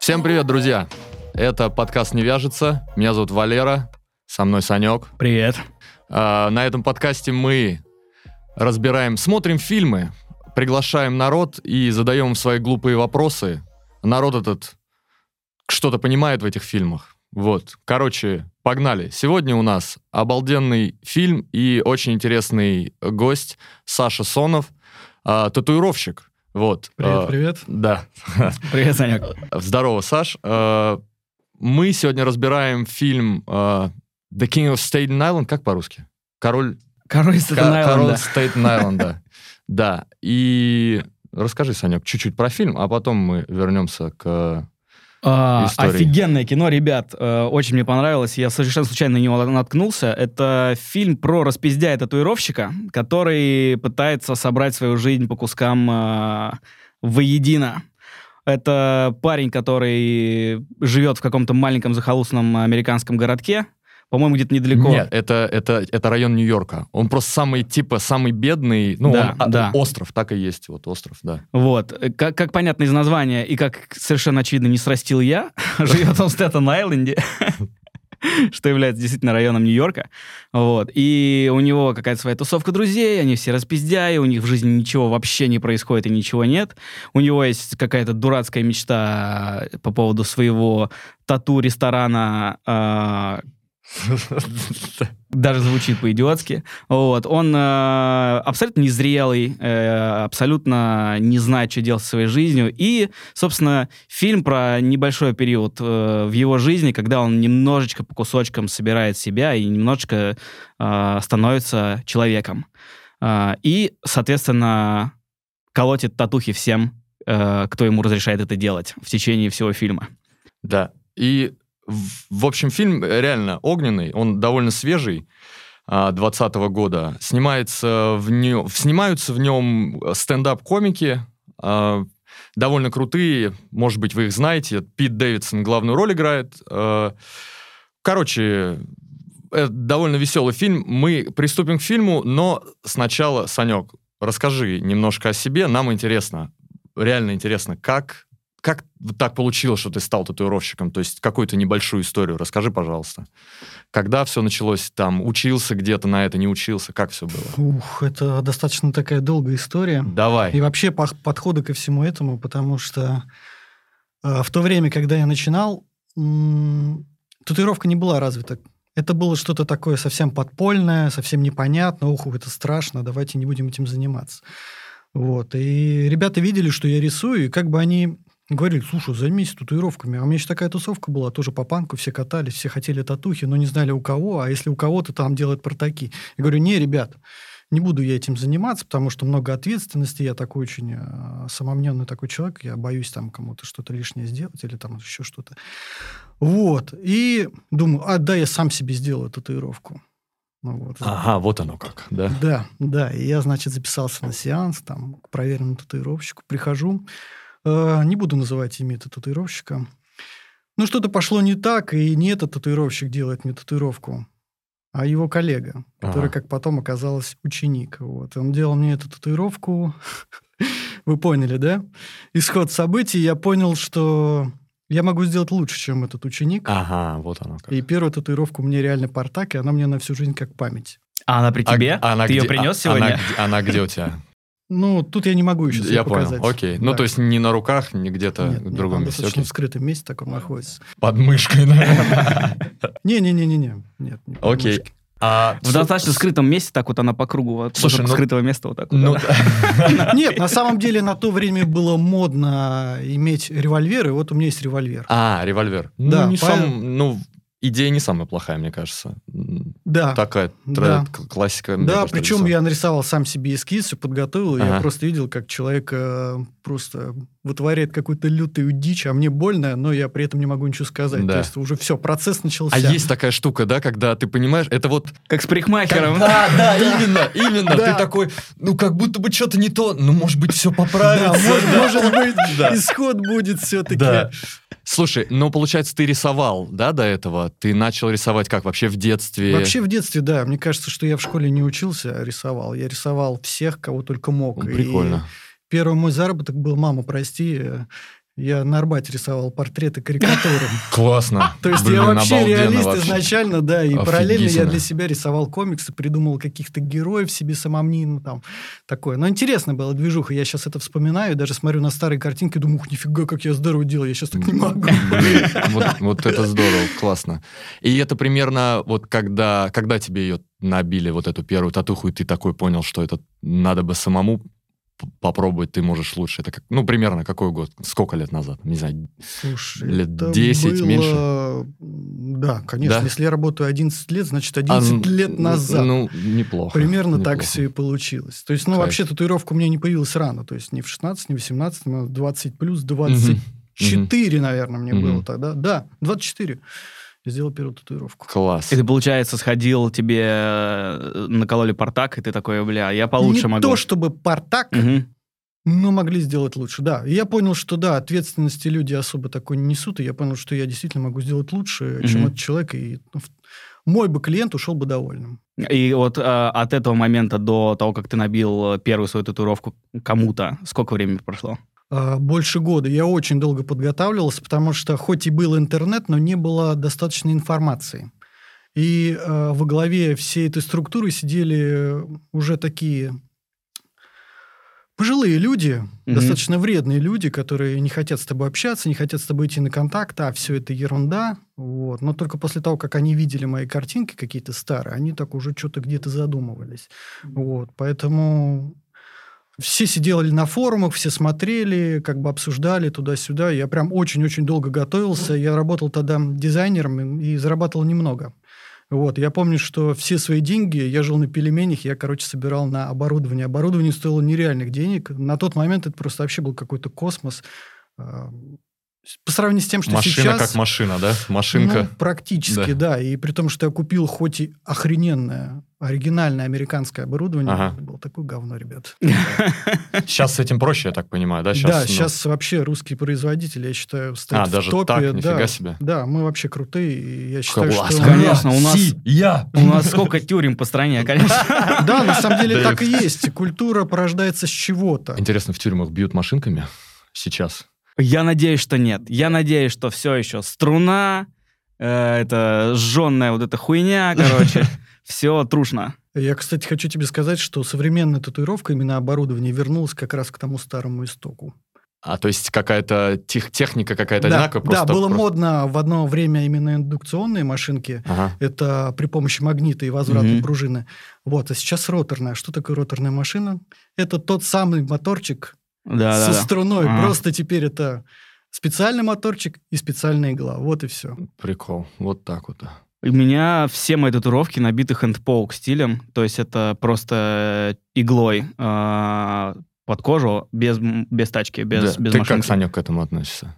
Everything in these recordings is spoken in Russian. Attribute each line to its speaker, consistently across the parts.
Speaker 1: Всем привет, друзья! Это подкаст «Не вяжется». Меня зовут Валера, со мной Санек.
Speaker 2: Привет.
Speaker 1: На этом подкасте мы смотрим фильмы, приглашаем народ и задаем им свои глупые вопросы. Народ этот что-то понимает в этих фильмах. Вот. Короче, погнали. Сегодня у нас обалденный фильм и очень интересный гость Саша Сонов, татуировщик. Вот.
Speaker 3: Привет.
Speaker 1: Да.
Speaker 2: Привет, Санек.
Speaker 1: Здорово, Саш. Мы сегодня разбираем фильм The King of Staten Island. Как по-русски? Король Staten Island, да. Да. И расскажи, Санек, чуть-чуть про фильм, а потом мы вернемся к истории.
Speaker 2: Офигенное кино, ребят. Очень мне понравилось. Я совершенно случайно на него наткнулся. Это фильм про распиздяя-татуировщика, который пытается собрать свою жизнь по кускам воедино. Это парень, который живет в каком-то маленьком захолустном американском городке. По-моему, где-то недалеко.
Speaker 1: Нет, это район Нью-Йорка. Он просто самый бедный. Ну,
Speaker 2: да.
Speaker 1: Остров, так и есть. Вот остров, да.
Speaker 2: Вот. Как понятно из названия, и как совершенно очевидно не срастил я, живет он в Стэттен-Айленде, что является действительно районом Нью-Йорка. Вот. И у него какая-то своя тусовка друзей, они все распиздяи, у них в жизни ничего вообще не происходит и ничего нет. У него есть какая-то дурацкая мечта по поводу своего тату-ресторана, даже звучит по-идиотски. Вот. Он абсолютно незрелый, абсолютно не знает, что делать со своей жизнью. И, собственно, фильм про небольшой период в его жизни, когда он немножечко по кусочкам собирает себя и немножечко становится человеком. И, соответственно, колотит татухи всем, кто ему разрешает это делать в течение всего фильма.
Speaker 1: Да. И в общем, фильм реально огненный, он довольно свежий, 2020 года. Снимаются в нем стендап-комики, довольно крутые, может быть, вы их знаете. Пит Дэвидсон главную роль играет. Короче, это довольно веселый фильм. Мы приступим к фильму, но сначала, Санек, расскажи немножко о себе. Нам интересно, реально интересно, как так получилось, что ты стал татуировщиком? То есть какую-то небольшую историю расскажи, пожалуйста. Когда все началось? Там учился где-то на это, не учился? Как все было?
Speaker 3: Это достаточно такая долгая история.
Speaker 1: Давай.
Speaker 3: И вообще подходы ко всему этому, потому что в то время, когда я начинал, татуировка не была развита. Это было что-то такое совсем подпольное, совсем непонятно. Это страшно, давайте не будем этим заниматься. Вот. И ребята видели, что я рисую, и как бы они говорили: слушай, займись татуировками. А у меня еще такая тусовка была, тоже по панку, все катались, все хотели татухи, но не знали у кого, а если у кого-то там делают портаки. Я говорю: не, ребят, не буду я этим заниматься, потому что много ответственности, я такой очень самомненный такой человек, я боюсь там кому-то что-то лишнее сделать или там еще что-то. Вот. И думаю, да, я сам себе сделаю татуировку. Вот.
Speaker 1: Ага, вот оно как, да?
Speaker 3: Да. И я, значит, записался на сеанс, там, к проверенному татуировщику, прихожу. Не буду называть имя этого татуировщика. Что-то пошло не так, и не этот татуировщик делает мне татуировку, а его коллега, который, как потом оказалось, ученик. Вот. Он делал мне эту татуировку. Вы поняли, да? Исход событий. Я понял, что я могу сделать лучше, чем этот ученик.
Speaker 1: Ага, вот оно как.
Speaker 3: И первая татуировка у меня реально портак, и она мне на всю жизнь как память.
Speaker 2: А она при тебе? Ты ее принес сегодня?
Speaker 1: Она где у тебя?
Speaker 3: Тут я не могу еще себе показать.
Speaker 1: Я понял, окей. Да. То есть не на руках, не где-то в другом месте.
Speaker 3: Достаточно в скрытом месте таком находится.
Speaker 1: Под мышкой, наверное.
Speaker 3: Не. Нет.
Speaker 1: Окей.
Speaker 2: В достаточно скрытом месте так вот она по кругу. Слушай, скрытого места вот так вот.
Speaker 3: Нет, на самом деле на то время было модно иметь револьвер, и вот у меня есть револьвер.
Speaker 1: Револьвер.
Speaker 3: Да.
Speaker 1: Идея не самая плохая, мне кажется.
Speaker 3: Да.
Speaker 1: Такая классика.
Speaker 3: Да, причем я нарисовал сам себе эскиз, все подготовил, и я просто видел, как человек просто вытворяет какую-то лютую дичь, а мне больно, но я при этом не могу ничего сказать. Да. То есть уже все, процесс начался.
Speaker 1: А есть такая штука, да, когда ты понимаешь, это вот...
Speaker 2: Как с парикмахером.
Speaker 1: Да, именно. Ты такой, как будто бы что-то не то, может быть, все поправится.
Speaker 3: Может быть, исход будет все-таки.
Speaker 1: Да. Слушай, получается, ты рисовал, да, до этого? Ты начал рисовать как, вообще в детстве?
Speaker 3: Вообще в детстве, да. Мне кажется, что я в школе не учился, а рисовал. Я рисовал всех, кого только мог.
Speaker 1: Прикольно.
Speaker 3: И первый мой заработок был: мама, прости, Я на Арбате рисовал портреты, карикатуры.
Speaker 1: Классно.
Speaker 3: То есть я вообще
Speaker 1: обалденно
Speaker 3: реалист
Speaker 1: вообще.
Speaker 3: изначально, да, и параллельно я
Speaker 1: Офигительно.
Speaker 3: для себя рисовал комиксы, придумал каких-то героев себе самомнительно, там, такое. Но интересно было, движуха. Я сейчас это вспоминаю, даже смотрю на старые картинки, думаю, ух, нифига, как я здорово делал, я сейчас так не могу.
Speaker 1: Блин, вот это здорово, классно. И это примерно вот когда тебе ее набили, вот эту первую татуху, и ты такой понял, что это надо бы самому попробовать, ты можешь лучше. Это как, ну, примерно какой год? Сколько лет назад? Не знаю,
Speaker 3: Слушай,
Speaker 1: лет
Speaker 3: это
Speaker 1: 10,
Speaker 3: было...
Speaker 1: меньше?
Speaker 3: Да, конечно.
Speaker 1: Да?
Speaker 3: Если я работаю 11 лет, значит, 11 лет назад.
Speaker 1: Ну, неплохо.
Speaker 3: Примерно так
Speaker 1: неплохо.
Speaker 3: все и получилось. То есть, ну,
Speaker 1: Кайф.
Speaker 3: вообще, татуировка у меня не появилась рано. То есть, не в 16, не в 18, но 20 плюс, 24, наверное, мне было тогда. Да, 24. Я сделал первую татуировку.
Speaker 1: Класс.
Speaker 2: И ты, получается, сходил, тебе накололи портак, и ты такой, бля, я получше
Speaker 3: не
Speaker 2: могу.
Speaker 3: то чтобы портак,
Speaker 2: Мгм.
Speaker 3: но могли сделать лучше, да. И я понял, что, да, ответственности люди особо такой не несут, и я понял, что я действительно могу сделать лучше, чем этот человек, и ну, мой бы клиент ушел бы довольным.
Speaker 2: И вот от этого момента до того, как ты набил первую свою татуировку кому-то, сколько времени прошло?
Speaker 3: Больше года. Я очень долго подготавливался, потому что хоть и был интернет, но не было достаточно информации. И во главе всей этой структуры сидели уже такие пожилые люди, достаточно вредные люди, которые не хотят с тобой общаться, не хотят с тобой идти на контакт, а все это ерунда. Вот. Но только после того, как они видели мои картинки какие-то старые, они так уже что-то где-то задумывались. Вот. Поэтому... Все сидели на форумах, все смотрели, как бы обсуждали туда-сюда. Я прям очень-очень долго готовился. Я работал тогда дизайнером и зарабатывал немного. Вот. Я помню, что все свои деньги, я жил на пельменях, я, собирал на оборудование. Оборудование стоило нереальных денег. На тот момент это просто вообще был какой-то космос. По сравнению с тем, что
Speaker 1: машина
Speaker 3: сейчас...
Speaker 1: как машина, да? Машинка.
Speaker 3: Ну, практически, да. И при том, что я купил хоть и охрененное, оригинальное американское оборудование, это было такое говно, ребят.
Speaker 1: Сейчас с этим проще, я так понимаю, да?
Speaker 3: Да, сейчас вообще русские производители, я считаю, стоят в
Speaker 1: даже
Speaker 3: топе.
Speaker 1: так?
Speaker 3: Да,
Speaker 1: Нифига себе.
Speaker 3: Да, мы вообще крутые, и я считаю,
Speaker 1: Класс.
Speaker 3: что...
Speaker 2: Конечно, у нас...
Speaker 1: Я!
Speaker 2: У нас сколько тюрем по стране, конечно.
Speaker 3: Да, на самом деле
Speaker 1: Да
Speaker 3: так и есть. Культура порождается с чего-то.
Speaker 1: Интересно, в тюрьмах бьют машинками сейчас?
Speaker 2: Я надеюсь, что нет. Я надеюсь, что все еще струна, это жженная вот эта хуйня, короче, все трушно.
Speaker 3: Я, кстати, хочу тебе сказать, что современная татуировка, именно оборудование, вернулась как раз к тому старому истоку.
Speaker 1: То есть какая-то техника какая-то одинаковая?
Speaker 3: Да, было модно в одно время именно индукционные машинки. Это при помощи магнита и возвратной пружины. Вот, а сейчас роторная. Что такое роторная машина? Это тот самый моторчик со струной. Просто теперь это специальный моторчик и специальная игла. Вот и все.
Speaker 1: Прикол. Вот так вот.
Speaker 2: У меня все мои татуировки набиты хэндпоук стилем. То есть это просто иглой под кожу, без тачки, без
Speaker 1: Ты
Speaker 2: машинки.
Speaker 1: как, Санек, к этому относишься?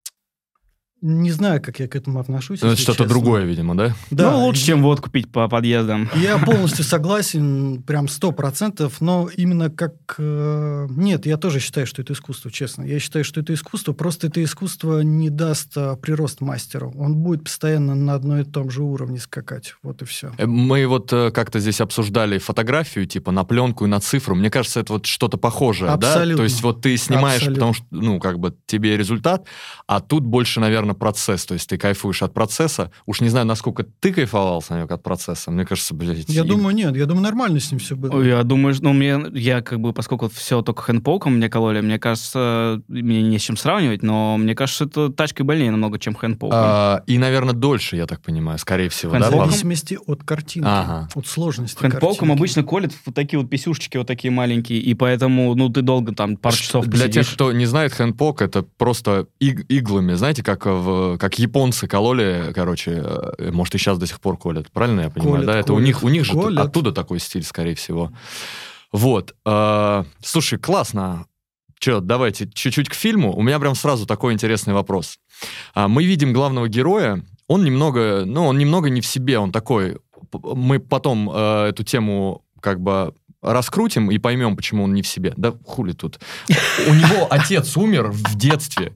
Speaker 3: Не знаю, как я к этому отношусь.
Speaker 1: Это что-то другое, видимо, да?
Speaker 3: Да,
Speaker 2: ну, лучше, чем водку пить по подъездам.
Speaker 3: Я полностью согласен, прям 100%, но именно как... Нет, я тоже считаю, что это искусство, честно. Я считаю, что это искусство, просто это искусство не даст прирост мастеру. Он будет постоянно на одном и том же уровне скакать. Вот и все.
Speaker 1: Мы вот как-то здесь обсуждали фотографию, типа на пленку и на цифру. Мне кажется, это вот что-то похожее,
Speaker 3: Абсолютно.
Speaker 1: да? То есть вот ты снимаешь,
Speaker 3: Абсолютно.
Speaker 1: потому что, ну, как бы тебе результат, а тут больше, наверное, процесс. То есть ты кайфуешь от процесса. Уж не знаю, насколько ты кайфовал, Санек, от процесса. Мне кажется, блядь...
Speaker 3: Я думаю, нет. Я думаю, нормально с ним все было.
Speaker 2: Я думаю, ну, я как бы, поскольку все только хэндпоуком мне кололи, мне кажется, мне не с чем сравнивать, но мне кажется, это тачкой больнее намного, чем хэндпоуком.
Speaker 1: И, наверное, дольше, я так понимаю, скорее всего.
Speaker 3: В
Speaker 1: Да,
Speaker 3: зависимости от картинки,
Speaker 1: Ага.
Speaker 3: от сложности
Speaker 2: Хэндпоуком
Speaker 3: картинки.
Speaker 2: обычно колят вот такие вот писюшечки вот такие маленькие, и поэтому, ну, ты долго там пару часов
Speaker 1: Для
Speaker 2: посидишь.
Speaker 1: тех, кто не знает, хэндпок — это просто иглами, знаете, как японцы кололи, короче, может, и сейчас до сих пор колят, правильно я понимаю?
Speaker 3: Колят,
Speaker 1: да, это
Speaker 3: колят,
Speaker 1: у них же
Speaker 3: колят.
Speaker 1: оттуда такой стиль, скорее всего. Вот. Слушай, классно. Че, давайте чуть-чуть к фильму. У меня прям сразу такой интересный вопрос. Мы видим главного героя, он немного не в себе, он такой... Мы потом эту тему как бы раскрутим и поймем, почему он не в себе. Да хули тут. У него отец умер в детстве.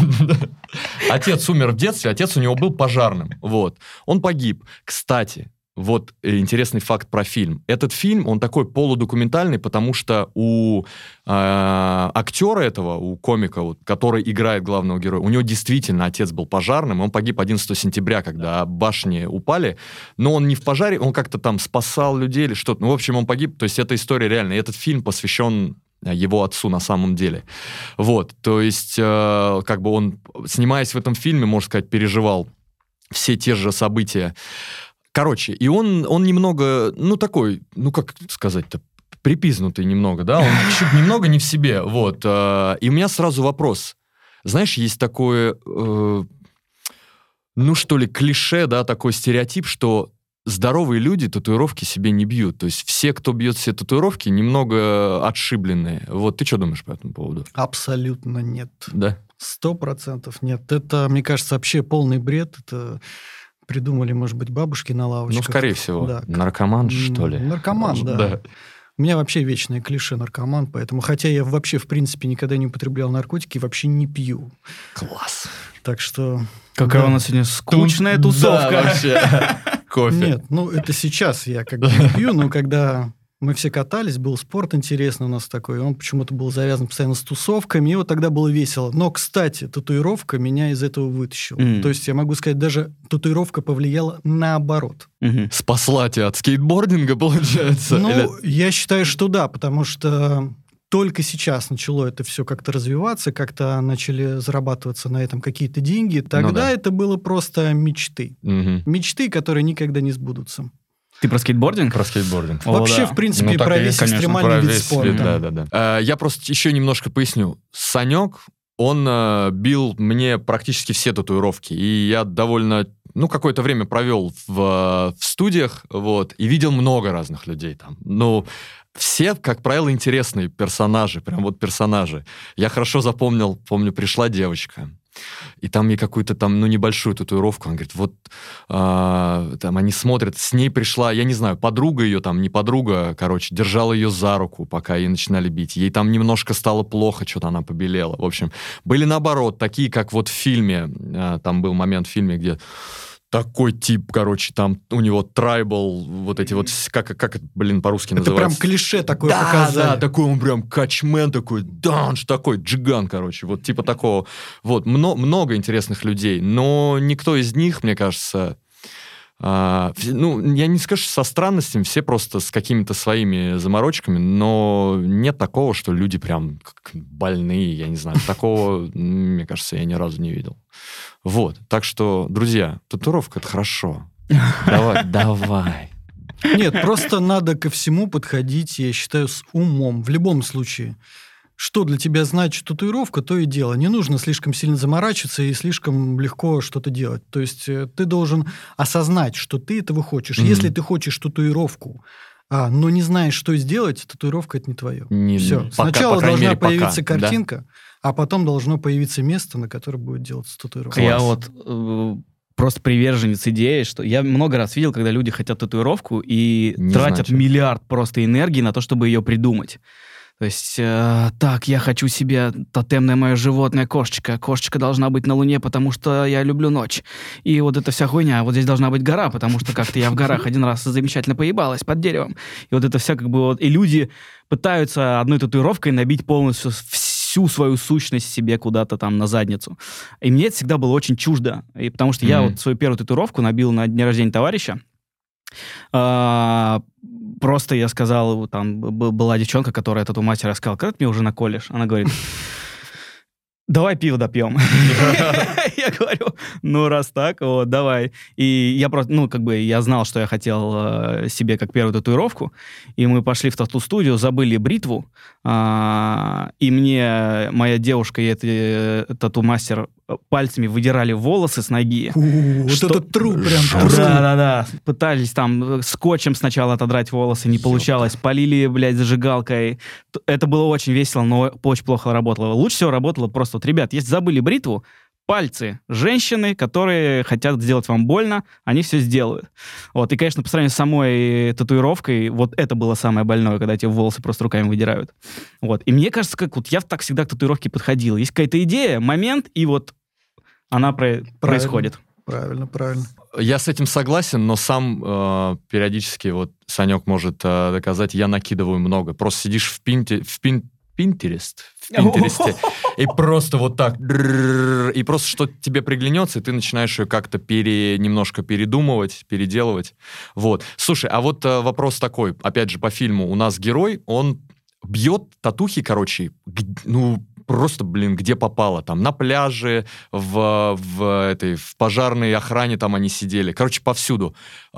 Speaker 1: Отец умер в детстве, отец у него был пожарным. Вот. Он погиб. Кстати, Вот интересный факт про фильм. Этот фильм, он такой полудокументальный, потому что у актера этого, у комика, вот, который играет главного героя, у него действительно отец был пожарным, он погиб 11 сентября, когда башни упали, но он не в пожаре, он как-то там спасал людей или что-то. Ну, в общем, он погиб, то есть эта история реальная. И этот фильм посвящен его отцу на самом деле. Вот, то есть как бы он, снимаясь в этом фильме, можно сказать, переживал все те же события. Короче, и он немного, ну, такой, ну, как сказать-то, припизнутый немного, да, он чуть немного не в себе, вот. И у меня сразу вопрос. Знаешь, есть такое, ну, что ли, клише, да, такой стереотип, что здоровые люди татуировки себе не бьют. То есть все, кто бьет все татуировки, немного отшибленные. Вот ты что думаешь по этому поводу?
Speaker 3: Абсолютно нет.
Speaker 1: Да?
Speaker 3: 100% нет. Это, мне кажется, вообще полный бред. Это придумали, может быть, бабушки на лавочках.
Speaker 1: Ну, скорее всего.
Speaker 3: Да.
Speaker 1: Наркоман, что ли?
Speaker 3: Наркоман, да. У меня вообще вечное клише наркоман, поэтому, хотя я вообще, в принципе, никогда не употреблял наркотики, вообще не пью.
Speaker 1: Класс.
Speaker 3: Так что...
Speaker 2: Какая у нас сегодня скучная тусовка.
Speaker 1: Да, вообще. Кофе.
Speaker 3: Нет, ну, это сейчас я как бы не пью, но когда... Мы все катались, был спорт интересный у нас такой, он почему-то был завязан постоянно с тусовками, и вот тогда было весело. Но, кстати, татуировка меня из этого вытащила. То есть я могу сказать, даже татуировка повлияла наоборот.
Speaker 1: Спасла тебя от скейтбординга, получается?
Speaker 3: Ну, я считаю, что да, потому что только сейчас начало это все как-то развиваться, как-то начали зарабатываться на этом какие-то деньги. Тогда это было просто мечты. Мечты, которые никогда не сбудутся.
Speaker 2: Ты про скейтбординг?
Speaker 1: Про скейтбординг.
Speaker 3: Вообще, в принципе, про весь экстремальный вид спорта.
Speaker 1: Да. Я просто еще немножко поясню. Санек, он бил мне практически все татуировки. И я довольно, какое-то время провел в студиях, вот, и видел много разных людей там. Ну, все, как правило, интересные персонажи, прям вот персонажи. Я хорошо запомнил, помню, пришла девочка, и там ей какую-то там, небольшую татуировку. Она говорит, вот там они смотрят, с ней пришла, я не знаю, подруга ее там, не подруга, короче, держала ее за руку, пока ей начинали бить. Ей там немножко стало плохо, что-то она побелела. В общем, были наоборот, такие, как вот в фильме, там был момент в фильме, где такой тип, короче, там у него трайбл, вот эти вот, как по-русски называется?
Speaker 3: Это прям клише такое показали.
Speaker 1: Да, такой он прям качмен такой, данж такой, джиган, короче, вот типа такого. Вот, много интересных людей, но никто из них, мне кажется, я не скажу, со странностями, все просто с какими-то своими заморочками, но нет такого, что люди прям больные, я не знаю, такого, мне кажется, я ни разу не видел. Вот, так что, друзья, татуировка — это хорошо. Давай.
Speaker 3: Нет, просто надо ко всему подходить, я считаю, с умом, в любом случае. Что для тебя значит татуировка, то и дело. Не нужно слишком сильно заморачиваться и слишком легко что-то делать. То есть ты должен осознать, что ты этого хочешь. Если ты хочешь татуировку, но не знаешь, что сделать, татуировка — это не твое. Все. Сначала должна появиться картинка, а потом должно появиться место, на которое будет делаться татуировка.
Speaker 2: Я вот просто приверженец идеи, что я много раз видел, когда люди хотят татуировку и тратят миллиард просто энергии на то, чтобы ее придумать. То есть, так, я хочу себе тотемное мое животное кошечка. Кошечка должна быть на Луне, потому что я люблю ночь. И вот эта вся хуйня. Вот здесь должна быть гора, потому что как-то я в горах один раз замечательно поебалась под деревом. И вот это вся как бы вот... И люди пытаются одной татуировкой набить полностью всю свою сущность себе куда-то там на задницу. И мне это всегда было очень чуждо. И потому что я вот свою первую татуировку набил на дне рождения товарища. Просто я сказал, там была девчонка, которая тату-мастера, сказала, когда ты мне уже наколешь? Она говорит, давай пиво допьем. Я говорю, раз так, вот, давай. И я просто, я знал, что я хотел себе как первую татуировку, и мы пошли в тату-студию, забыли бритву, и мне моя девушка и тату-мастер пальцами выдирали волосы с ноги.
Speaker 3: Вот этот труп прям.
Speaker 2: Да. Пытались там скотчем сначала отодрать волосы, не получалось. Полили, блядь, зажигалкой. Это было очень весело, но очень плохо работало. Лучше всего работало просто, вот, ребят, если забыли бритву, пальцы женщины, которые хотят сделать вам больно, они все сделают. Вот. И, конечно, по сравнению с самой татуировкой, вот это было самое больное, когда эти волосы просто руками выдирают. Вот. И мне кажется, как вот я так всегда к татуировке подходил. Есть какая-то идея, момент, и вот она происходит.
Speaker 3: Правильно, правильно.
Speaker 1: Я с этим согласен, но сам периодически, вот Санек может доказать, я накидываю много. Просто сидишь в Пинтересте, и просто вот так, и просто что тебе приглянется, и ты начинаешь ее как-то немножко передумывать, переделывать. Вот. Слушай, а вот вопрос такой, опять же, по фильму. У нас герой, он бьет татухи, короче, просто, где попало. Там на пляже, в пожарной охране там они сидели. Короче, повсюду.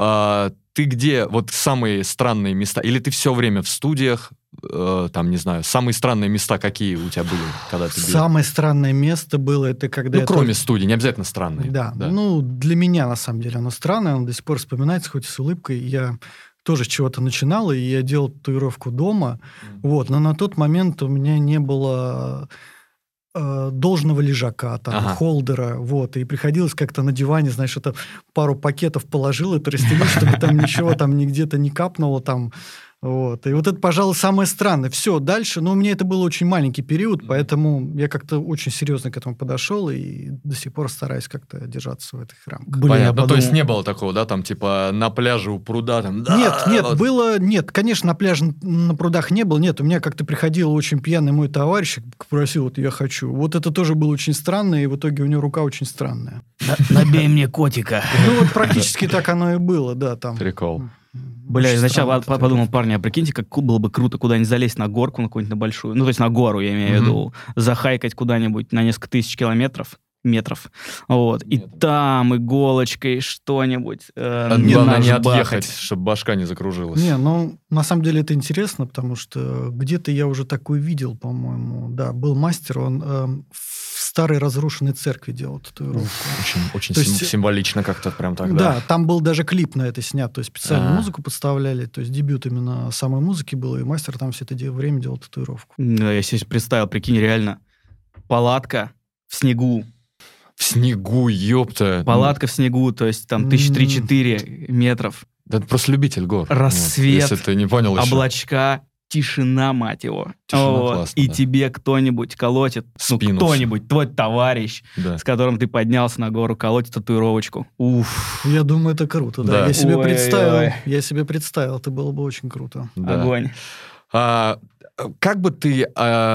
Speaker 1: Ты где вот самые странные места? Или ты все время в студиях? Там, не знаю, самые странные места какие у тебя были, когда ты бил?
Speaker 3: Самое странное место было, это когда
Speaker 1: кроме студии, не обязательно странные.
Speaker 3: Да, для меня, на самом деле, оно странное, оно до сих пор вспоминается, хоть и с улыбкой. Я тоже с чего-то начинал, и я делал татуировку дома, вот, но на тот момент у меня не было должного лежака, холдера, вот, и приходилось как-то на диване, знаешь, это пару пакетов положил, это расстелил, чтобы там ничего там нигде-то не капнуло там. Вот. И вот это, пожалуй, самое странное. Все, дальше, у меня это был очень маленький период, поэтому я как-то очень серьезно к этому подошел и до сих пор стараюсь как-то держаться в этих рамках.
Speaker 1: Понятно, то есть не было такого, да, там, типа, на пляже у пруда, там...
Speaker 3: Нет, конечно, на пляже, на прудах не было, нет, у меня как-то приходил очень пьяный мой товарищ, просил, вот я хочу. Вот это тоже было очень странно, и в итоге у него рука очень странная.
Speaker 2: Набей мне котика.
Speaker 3: Вот практически так оно и было, да, там.
Speaker 1: Прикол.
Speaker 2: Бля, сначала подумал, парни, а прикиньте, как было бы круто куда-нибудь залезть на горку, на какую-нибудь большую, то есть на гору, я имею в виду, захайкать куда-нибудь на несколько тысяч метров, вот, и там иголочкой что-нибудь
Speaker 1: главное не отъехать, чтобы башка не закружилась.
Speaker 3: На самом деле это интересно, потому что где-то я уже такой видел, по-моему, да, был мастер, он в старой разрушенной церкви делал татуировку.
Speaker 1: Очень символично как-то прям так,
Speaker 3: да. Да, там был даже клип на это снят, то есть специально музыку подставляли, то есть дебют именно самой музыки был, и мастер там все это время делал татуировку.
Speaker 2: Да, я себе представил, прикинь, реально, палатка в снегу.
Speaker 1: В снегу, ёпта.
Speaker 2: Палатка в снегу, то есть там 1003-4 метров.
Speaker 1: Да это просто любитель гор.
Speaker 2: Рассвет,
Speaker 1: если ты не понял еще.
Speaker 2: облачка, тишина, мать его.
Speaker 1: Тишина классно,
Speaker 2: и тебе кто-нибудь колотит, кто-нибудь, твой товарищ, с которым ты поднялся на гору, колотит татуировочку. Уф.
Speaker 3: Я думаю, это круто, да. Я себе представил, это было бы очень круто.
Speaker 2: Да. Огонь.
Speaker 1: Как бы ты,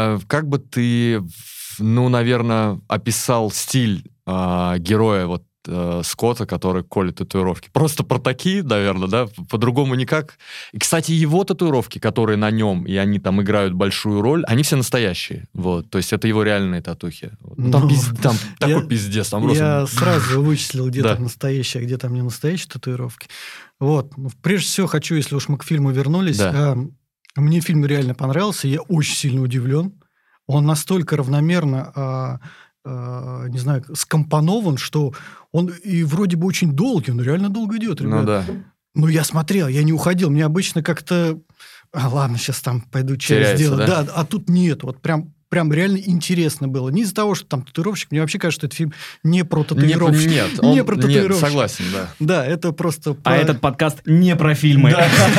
Speaker 1: наверное, описал стиль героя вот Скотта, который колет татуировки? Просто протаки, наверное, да? По-другому никак. И, кстати, его татуировки, которые на нем, и они там играют большую роль, они все настоящие. Вот. То есть это его реальные татухи. Там такой пиздец.
Speaker 3: Я сразу вычислил, где там настоящие, а где там не настоящие татуировки. Вот. Прежде всего хочу, если уж мы к фильму вернулись, мне фильм реально понравился, я очень сильно удивлен. Он настолько равномерно, не знаю, скомпонован, что он и вроде бы очень долгий, он реально долго идет, ребят. Но я смотрел, я не уходил. Мне обычно как-то... ладно, сейчас там пойду чай сделаю. Да, а тут нет. Вот прям реально интересно было. Не из-за того, что там татуировщик. Мне вообще кажется, что этот фильм не про татуировщик.
Speaker 1: Не про татуировщик. Нет, согласен, да.
Speaker 3: Да, это просто...
Speaker 2: А этот подкаст не про фильмы.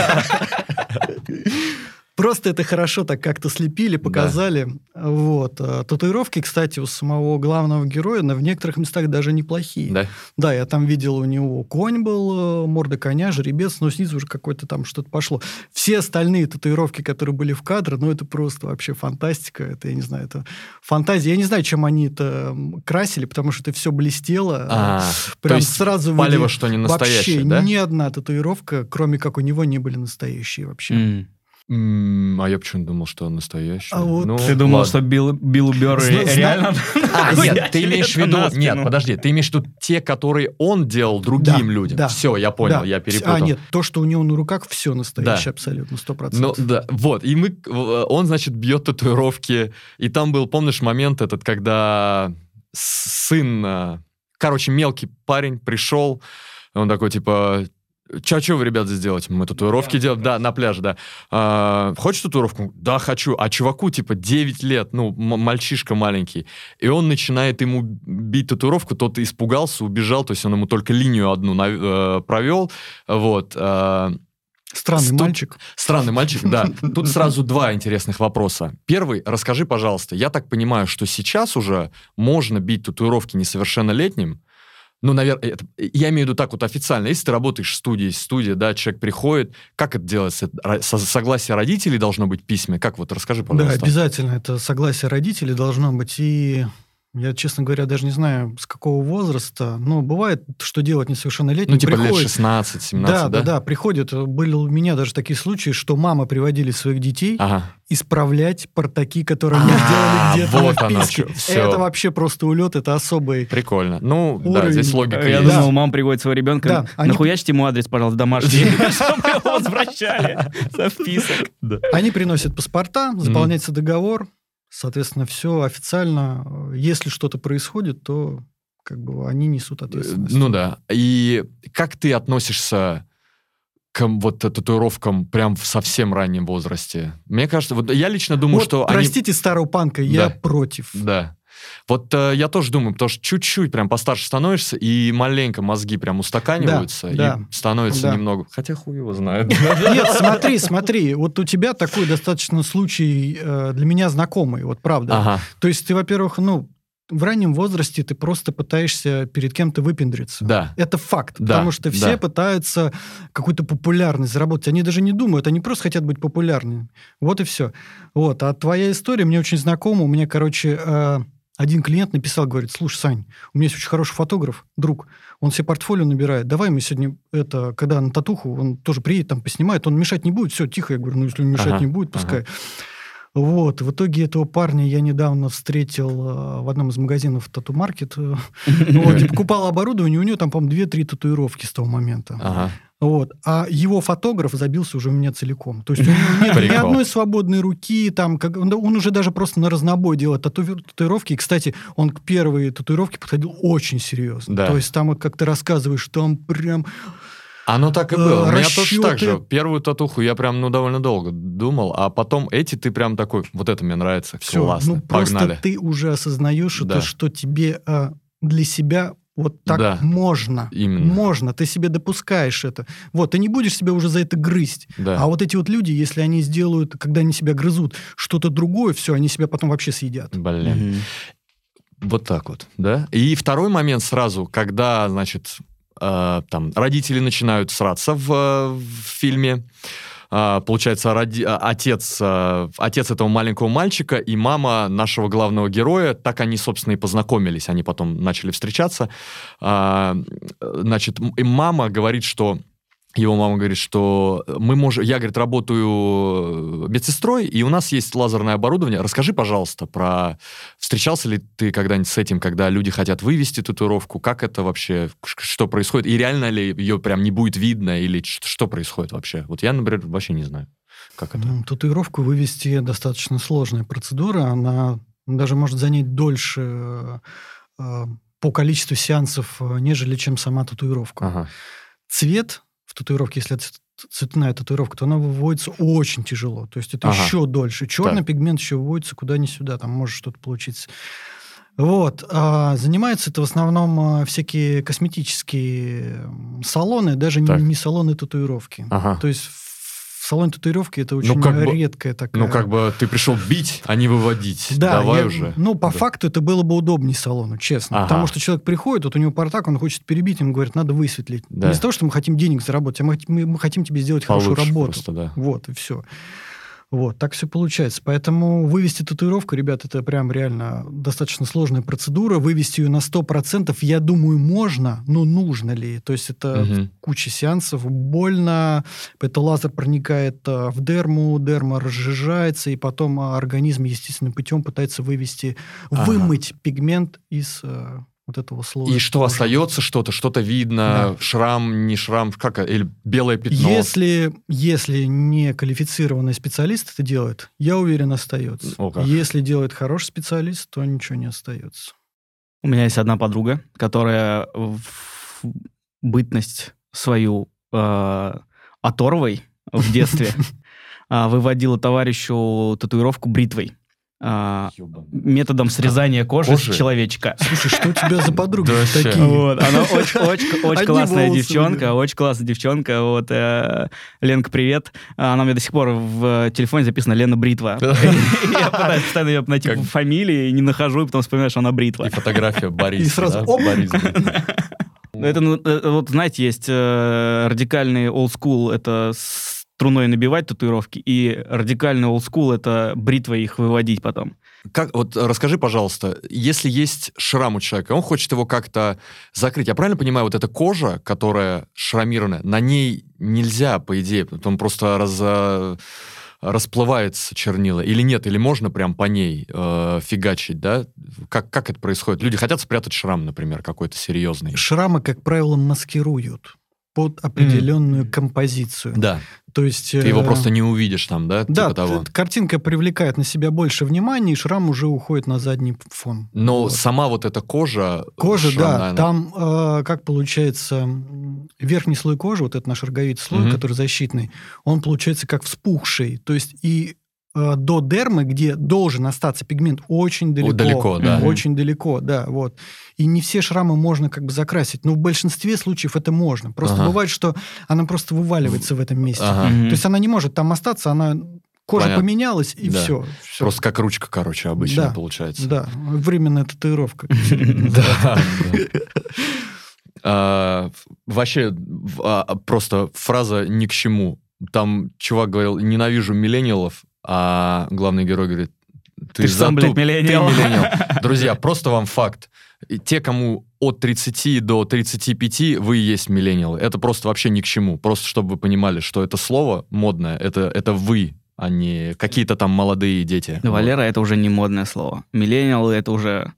Speaker 3: Просто это хорошо так как-то слепили, показали. Да. Вот. Татуировки, кстати, у самого главного героя в некоторых местах даже неплохие.
Speaker 1: Да?
Speaker 3: Да, я там видел, у него конь был, морда коня, жеребец, но снизу уже какое-то там что-то пошло. Все остальные татуировки, которые были в кадре, это просто вообще фантастика. Это, я не знаю, это фантазия. Я не знаю, чем они это красили, потому что это все блестело.
Speaker 1: Прям то есть сразу палево, что не настоящее,
Speaker 3: вообще,
Speaker 1: да?
Speaker 3: Ни одна татуировка, кроме как у него, не были настоящие вообще.
Speaker 1: А я почему-то думал, что он настоящий.
Speaker 2: Ты думал, что Биллу Бёрри реально...
Speaker 1: Нет, ты имеешь в виду... Нет, подожди, ты имеешь в виду те, которые он делал другим людям.
Speaker 3: Да.
Speaker 1: Все, я понял, я перепутал.
Speaker 3: Нет, то, что у него на руках, все настоящее абсолютно, 100%.
Speaker 1: Вот, и он, значит, бьет татуировки, и там был, помнишь, момент этот, когда сын, мелкий парень пришел, он такой, типа... Что вы, ребята, сделать? Мы татуировки делаем? Да, на пляже, да. Хочешь татуировку? Да, хочу. А чуваку, 9 лет, мальчишка маленький. И он начинает ему бить татуировку, тот испугался, убежал, то есть он ему только линию одну провел. Вот.
Speaker 3: Странный мальчик.
Speaker 1: Странный мальчик, да. Тут сразу два интересных вопроса. Первый, расскажи, пожалуйста, я так понимаю, что сейчас уже можно бить татуировки несовершеннолетним, Ну, наверное, я имею в виду так вот официально. Если ты работаешь в студии, есть студия, да, человек приходит, как это делается? Согласие родителей должно быть письменное? Как вот, расскажи, пожалуйста.
Speaker 3: Да, обязательно. Это согласие родителей должно быть. И я, честно говоря, даже не знаю, с какого возраста. Но бывает, что делать несовершеннолетним.
Speaker 1: Ну, типа лет 16-17, да?
Speaker 3: Да, приходят. Были у меня даже такие случаи, что мамы приводили своих детей исправлять портаки, которые они сделали где-то
Speaker 1: вот
Speaker 3: на вписке. Это вообще просто улет, это особый
Speaker 1: Прикольно. Ну,
Speaker 3: уровень.
Speaker 1: Да, здесь логика
Speaker 2: Я
Speaker 1: есть.
Speaker 2: думал, мама приводит своего ребенка, нахуячьте ему адрес, пожалуйста, домашний, чтобы его возвращали со вписок.
Speaker 3: Они приносят паспорта, заполняется договор, соответственно, все официально. Если что-то происходит, то как бы они несут ответственность.
Speaker 1: Ну да. И как ты относишься к вот татуировкам прям в совсем раннем возрасте? Мне кажется, вот я лично думаю,
Speaker 3: вот,
Speaker 1: что
Speaker 3: простите старого панка, я против.
Speaker 1: Да. Вот я тоже думаю, потому что чуть-чуть прям постарше становишься, и маленько мозги прям устаканиваются, и становится немного... Хотя хуй его знает.
Speaker 3: Нет, смотри, вот у тебя такой достаточно случай для меня знакомый, вот правда. То есть ты, во-первых, в раннем возрасте ты просто пытаешься перед кем-то выпендриться.
Speaker 1: Да.
Speaker 3: Это факт, потому что все пытаются какую-то популярность заработать. Они даже не думают, они просто хотят быть популярными. Вот и все. Вот. А твоя история мне очень знакома. У меня, один клиент написал, говорит: слушай, Сань, у меня есть очень хороший фотограф, друг, он себе портфолио набирает, давай мы сегодня, когда на татуху, он тоже приедет, там поснимает, он мешать не будет, все, тихо, я говорю, если он мешать не будет, пускай. Вот, в итоге этого парня я недавно встретил в одном из магазинов тату-маркет, и покупал оборудование, у него там, по-моему, 2-3 татуировки с того момента. Вот. А его фотограф забился уже у меня целиком. То есть у него нет ни одной свободной руки. Он уже даже просто на разнобой делает татуировки. И, кстати, он к первой татуировке подходил очень серьезно. Да. То есть там, как ты рассказываешь, там прям...
Speaker 1: Оно так и было. У меня тоже так же. Первую татуху я прям, довольно долго думал, а потом эти ты прям такой, вот это мне нравится,
Speaker 3: все,
Speaker 1: классно,
Speaker 3: погнали. Просто ты уже осознаешь это, что тебе для себя... Вот так можно.
Speaker 1: Именно.
Speaker 3: Можно. Ты себе допускаешь это. Вот, ты не будешь себя уже за это грызть.
Speaker 1: Да.
Speaker 3: А вот эти вот люди, если они сделают, когда они себя грызут, что-то другое, все, они себя потом вообще съедят.
Speaker 1: Блин. Вот так вот, да? И второй момент сразу, когда, значит, там родители начинают сраться в фильме. Получается, отец этого маленького мальчика и мама нашего главного героя, так они, собственно, и познакомились. Они потом начали встречаться. Значит, его мама говорит, что я, говорит, работаю медсестрой, и у нас есть лазерное оборудование. Расскажи, пожалуйста, встречался ли ты когда-нибудь с этим, когда люди хотят вывести татуировку? Как это вообще, что происходит? И реально ли ее прям не будет видно? Или что происходит вообще? Вот я, например, вообще не знаю, как это.
Speaker 3: Татуировку вывести достаточно сложная процедура. Она даже может занять дольше по количеству сеансов, нежели чем сама татуировка. Цвет в татуировке, если это цветная татуировка, то она выводится очень тяжело. То есть это еще дольше. Черный пигмент еще выводится куда ни сюда, там может что-то получиться. Вот. Занимаются это в основном всякие косметические салоны, даже не салоны татуировки. То есть в салоне татуировки это очень редкая такая...
Speaker 1: ты пришел бить, а не выводить.
Speaker 3: Да,
Speaker 1: давай уже.
Speaker 3: По факту это было бы удобнее салону, честно. Потому что человек приходит, вот у него портак, он хочет перебить, ему говорят, надо высветлить. Не из-за того, что мы хотим денег заработать, а мы хотим тебе сделать хорошую работу.
Speaker 1: Просто,
Speaker 3: Вот, и все. Вот, так все получается. Поэтому вывести татуировку, ребят, это прям реально достаточно сложная процедура. Вывести ее на 100%, я думаю, можно, но нужно ли? То есть это куча сеансов, больно, это лазер проникает в дерму, дерма разжижается, и потом организм естественным путем пытается вымыть пигмент из... вот этого слоя.
Speaker 1: И что, остается что-то видно, шрам, не шрам, или белое пятно?
Speaker 3: Если не квалифицированный специалист это делает, я уверен, остается. Если делает хороший специалист, то ничего не остается.
Speaker 2: У меня есть одна подруга, которая в бытность свою оторвой в детстве выводила товарищу татуировку бритвой. методом срезания кожи с человечка.
Speaker 3: Слушай, что у тебя за подруги
Speaker 1: Да вообще.
Speaker 3: такие?
Speaker 2: Вот, она очень
Speaker 3: Одни
Speaker 2: классная
Speaker 3: волосы
Speaker 2: девчонка, очень классная девчонка. Вот, Ленка, привет. Она у меня до сих пор в телефоне записана Лена Бритва. Я пытаюсь постоянно ее найти по фамилии, не нахожу, и потом вспоминаю, что она Бритва.
Speaker 1: И фотография Бориса.
Speaker 3: И сразу,
Speaker 1: да?
Speaker 3: оп!
Speaker 1: Борис.
Speaker 2: Это, вот, знаете, есть радикальный old school, это струной набивать татуировки, и радикальный old school — это бритвой их выводить потом.
Speaker 1: Вот расскажи, пожалуйста, если есть шрам у человека, он хочет его как-то закрыть. Я правильно понимаю, вот эта кожа, которая шрамированная, на ней нельзя, по идее, потом просто расплывается чернила, или нет, или можно прям по ней фигачить, да? Как это происходит? Люди хотят спрятать шрам, например, какой-то серьезный.
Speaker 3: Шрамы, как правило, маскируют под определенную композицию.
Speaker 1: Да.
Speaker 3: То есть...
Speaker 1: Ты его просто не увидишь там, да?
Speaker 3: Да,
Speaker 1: типа того.
Speaker 3: картинка привлекает на себя больше внимания, и шрам уже уходит на задний фон.
Speaker 1: Но
Speaker 3: Вот.
Speaker 1: сама вот эта кожа...
Speaker 3: Кожа,
Speaker 1: шрам,
Speaker 3: да,
Speaker 1: наверное,
Speaker 3: там, как получается, верхний слой кожи, вот этот наш роговитый слой, который защитный, он получается как вспухший. То есть и до дермы, где должен остаться пигмент, очень далеко.
Speaker 1: Далеко, да.
Speaker 3: Очень далеко, да, вот. И не все шрамы можно как бы закрасить. Но в большинстве случаев это можно. Просто бывает, что она просто вываливается в этом месте.
Speaker 1: Ага.
Speaker 3: То есть она не может там остаться, кожа
Speaker 1: Понятно.
Speaker 3: поменялась, и
Speaker 1: Да.
Speaker 3: все.
Speaker 1: Просто как ручка, короче, обычно
Speaker 3: Да.
Speaker 1: получается.
Speaker 3: Да, временная татуировка.
Speaker 1: Да. Вообще, просто фраза «ни к чему». Там чувак говорил «ненавижу миллениалов», а главный герой говорит
Speaker 2: Ты ж сам, блядь, миллениал.
Speaker 1: Друзья, просто вам факт. И те, кому от 30 до 35, вы и есть миллениалы. Это просто вообще ни к чему. Просто чтобы вы понимали, что это слово модное, это вы, а не какие-то там молодые дети.
Speaker 2: Валера, это уже не модное слово. Миллениалы — это уже...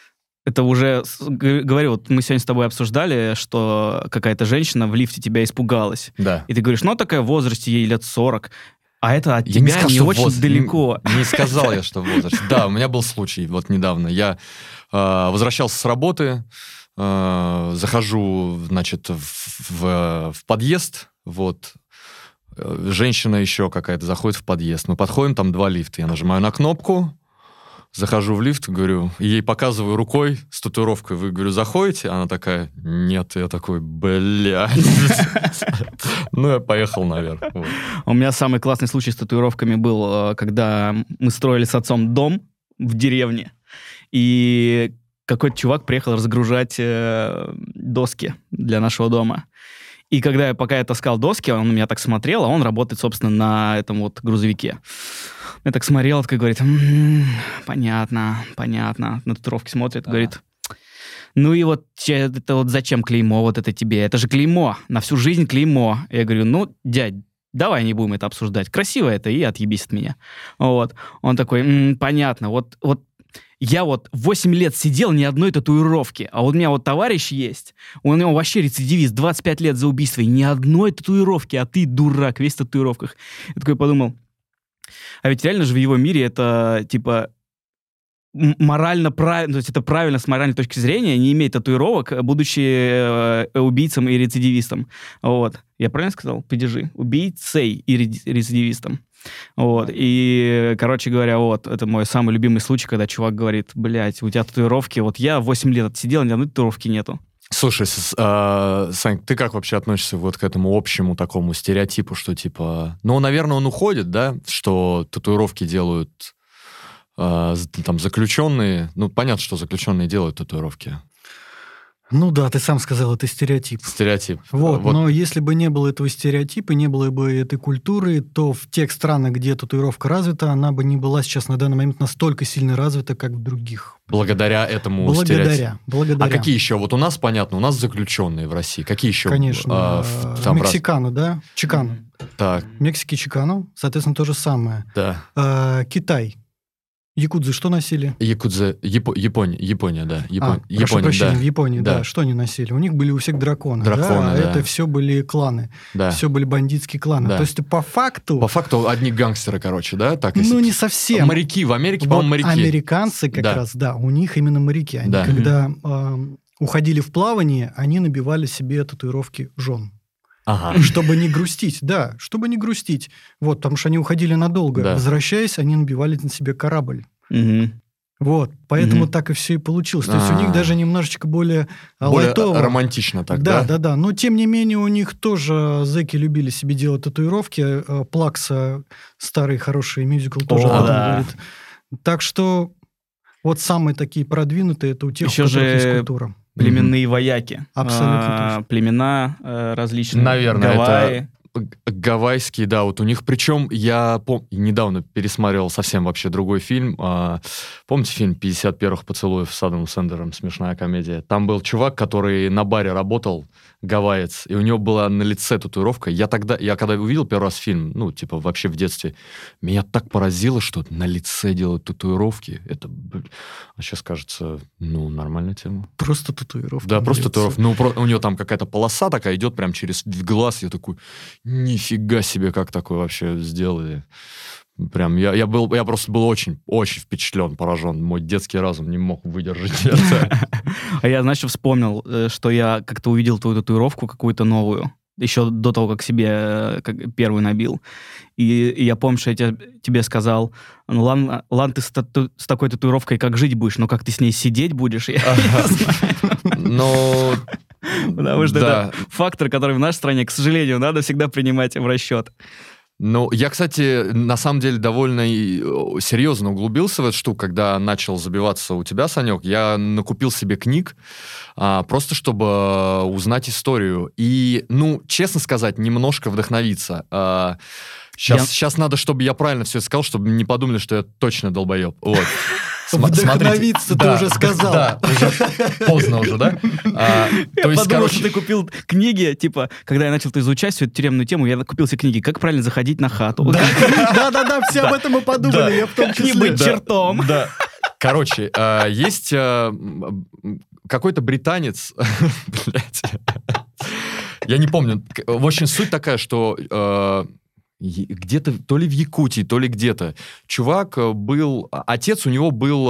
Speaker 2: Говорю, вот мы сегодня с тобой обсуждали, что какая-то женщина в лифте тебя испугалась.
Speaker 1: Да.
Speaker 2: И ты говоришь, ну, такая в возрасте, ей лет 40. А это от
Speaker 1: Я не
Speaker 2: тебя
Speaker 1: сказал,
Speaker 2: не
Speaker 1: что
Speaker 2: очень далеко.
Speaker 1: Не сказал я, что в возрасте. Да, у меня был случай вот недавно. Я возвращался с работы, захожу, значит, в подъезд, вот. Женщина еще какая-то заходит в подъезд. Мы подходим, там 2 лифта. Я нажимаю на кнопку, захожу в лифт, говорю, ей показываю рукой с татуировкой. Вы, говорю, заходите? Она такая, нет. Я такой, блядь. Ну, я поехал наверх.
Speaker 2: У меня самый классный случай с татуировками был, когда мы строили с отцом дом в деревне, и какой-то чувак приехал разгружать доски для нашего дома. И пока я таскал доски, он на меня так смотрел, а он работает, собственно, на этом вот грузовике. Я так смотрел, такой говорит, понятно. На татуировки смотрит, говорит, ну и вот это вот зачем клеймо вот это тебе? Это же клеймо, на всю жизнь клеймо. Я говорю, ну, дядь, давай не будем это обсуждать. Красиво это, и отъебись от меня. Вот. Он такой, понятно, вот я вот 8 лет сидел, ни одной татуировки, а вот у меня вот товарищ есть, у него вообще рецидивист, 25 лет за убийство, и ни одной татуировки, а ты дурак, весь в татуировках. Я такой подумал, а ведь реально же в его мире это, типа, морально правильно, то есть это правильно с моральной точки зрения, не иметь татуировок, будучи убийцем и рецидивистом. Вот. Я правильно сказал? Подержи. Убийцей и рецидивистом. Вот. И, короче говоря, вот, это мой самый любимый случай, когда чувак говорит, блядь, у тебя татуировки, вот я 8 лет отсидел, ни одной татуировки нету.
Speaker 1: Слушай, Сань, ты как вообще относишься вот к этому общему такому стереотипу, что типа... Ну, наверное, он уходит, да? Что татуировки делают там заключенные. Ну, понятно, что заключенные делают татуировки.
Speaker 3: Ну да, ты сам сказал, это стереотип.
Speaker 1: Стереотип.
Speaker 3: Вот, но если бы не было этого стереотипа, не было бы этой культуры, то в тех странах, где татуировка развита, она бы не была сейчас на данный момент настолько сильно развита, как в других.
Speaker 1: Благодаря этому стереотипу.
Speaker 3: Благодаря.
Speaker 1: А какие еще? Вот у нас, понятно, у нас заключенные в России. Какие еще?
Speaker 3: Конечно. Мексикану, да? Чикану.
Speaker 1: Так.
Speaker 3: В Мексике Чикану, соответственно, то же самое.
Speaker 1: Да.
Speaker 3: Китай. Якудзы что носили?
Speaker 1: Якудзы, Япония, да.
Speaker 3: Прошу прощения,
Speaker 1: да.
Speaker 3: в Японии, да. Что они носили? У них были у всех драконы.
Speaker 1: Драконы, да.
Speaker 3: Это все были кланы.
Speaker 1: Да.
Speaker 3: Все были бандитские кланы.
Speaker 1: Да.
Speaker 3: То есть по факту...
Speaker 1: По факту одни гангстеры, короче, да? Так,
Speaker 3: ну, не совсем.
Speaker 1: Моряки. В Америке, по-моему, моряки.
Speaker 3: Американцы как раз, да, у них именно моряки. Они, когда уходили в плавание, они набивали себе татуировки жен.
Speaker 1: Ага.
Speaker 3: Чтобы не грустить, да, чтобы не грустить. Вот, потому что они уходили надолго.
Speaker 1: Да.
Speaker 3: Возвращаясь, они набивали на себе корабль.
Speaker 2: Мгм.
Speaker 3: Вот, поэтому
Speaker 2: Мгм.
Speaker 3: так и все и получилось. То есть у них даже немножечко более
Speaker 1: Более
Speaker 3: лайтово.
Speaker 1: романтично так,
Speaker 3: Да,
Speaker 1: да?
Speaker 3: да, да. Но тем не менее у них тоже зэки любили себе делать татуировки. Плакса, старый хороший мюзикл, тоже
Speaker 2: О,
Speaker 3: об этом
Speaker 2: да.
Speaker 3: говорит. Так что вот самые такие продвинутые это у тех,
Speaker 2: Еще
Speaker 3: у которых есть
Speaker 2: же
Speaker 3: культура.
Speaker 2: племенные вояки.
Speaker 3: Абсолютно точно.
Speaker 2: Племена различные.
Speaker 1: Наверное,
Speaker 2: Гавайи.
Speaker 1: гавайские, да, вот у них, причем я недавно пересматривал совсем вообще другой фильм. Помните фильм «50 первых поцелуев» с Адамом Сэндлером, смешная комедия? Там был чувак, который на баре работал, гавайец, и у него была на лице татуировка. Я когда увидел первый раз фильм, ну, типа, вообще в детстве, меня так поразило, что на лице делают татуировки. Это, сейчас кажется, ну, нормальная тема.
Speaker 3: Просто татуировка.
Speaker 1: Да, просто
Speaker 3: лицо.
Speaker 1: татуировка. Ну, у него там какая-то полоса такая идет прям через глаз. Я такой, нифига себе, как такое вообще сделали. Прям, я просто был очень, очень впечатлен, поражен. Мой детский разум не мог выдержать это.
Speaker 2: А я, знаешь, что вспомнил, что я как-то увидел твою татуировку какую-то новую, еще до того, как себе первую набил. И я помню, что я тебе сказал, ну ладно, ты с такой татуировкой как жить будешь, но как ты с ней сидеть будешь, я не знаю.
Speaker 1: Но...
Speaker 2: Потому что
Speaker 1: Да.
Speaker 2: это фактор, который в нашей стране, к сожалению, надо всегда принимать в расчет.
Speaker 1: Ну, я, кстати, на самом деле довольно серьезно углубился в эту штуку, когда начал забиваться у тебя, Санек. Я накупил себе книг, просто чтобы узнать историю. И, ну, честно сказать, немножко вдохновиться. Сейчас надо, чтобы я правильно все сказал, чтобы не подумали, что я точно долбоеб. Вот.
Speaker 3: Вдохновиться ты уже сказал.
Speaker 1: Да, уже поздно уже, да?
Speaker 2: Я подумал, что ты купил книги, типа, когда я начал изучать всю эту тюремную тему, я купил себе книги «Как правильно заходить на хату».
Speaker 3: Да, все об этом и подумали, я в том
Speaker 2: Не
Speaker 3: числе.
Speaker 2: быть чертом.
Speaker 1: Да. Короче, есть какой-то британец, блядь, я не помню. В общем, суть такая, что где-то, то ли в Якутии, то ли где-то, чувак был, отец у него был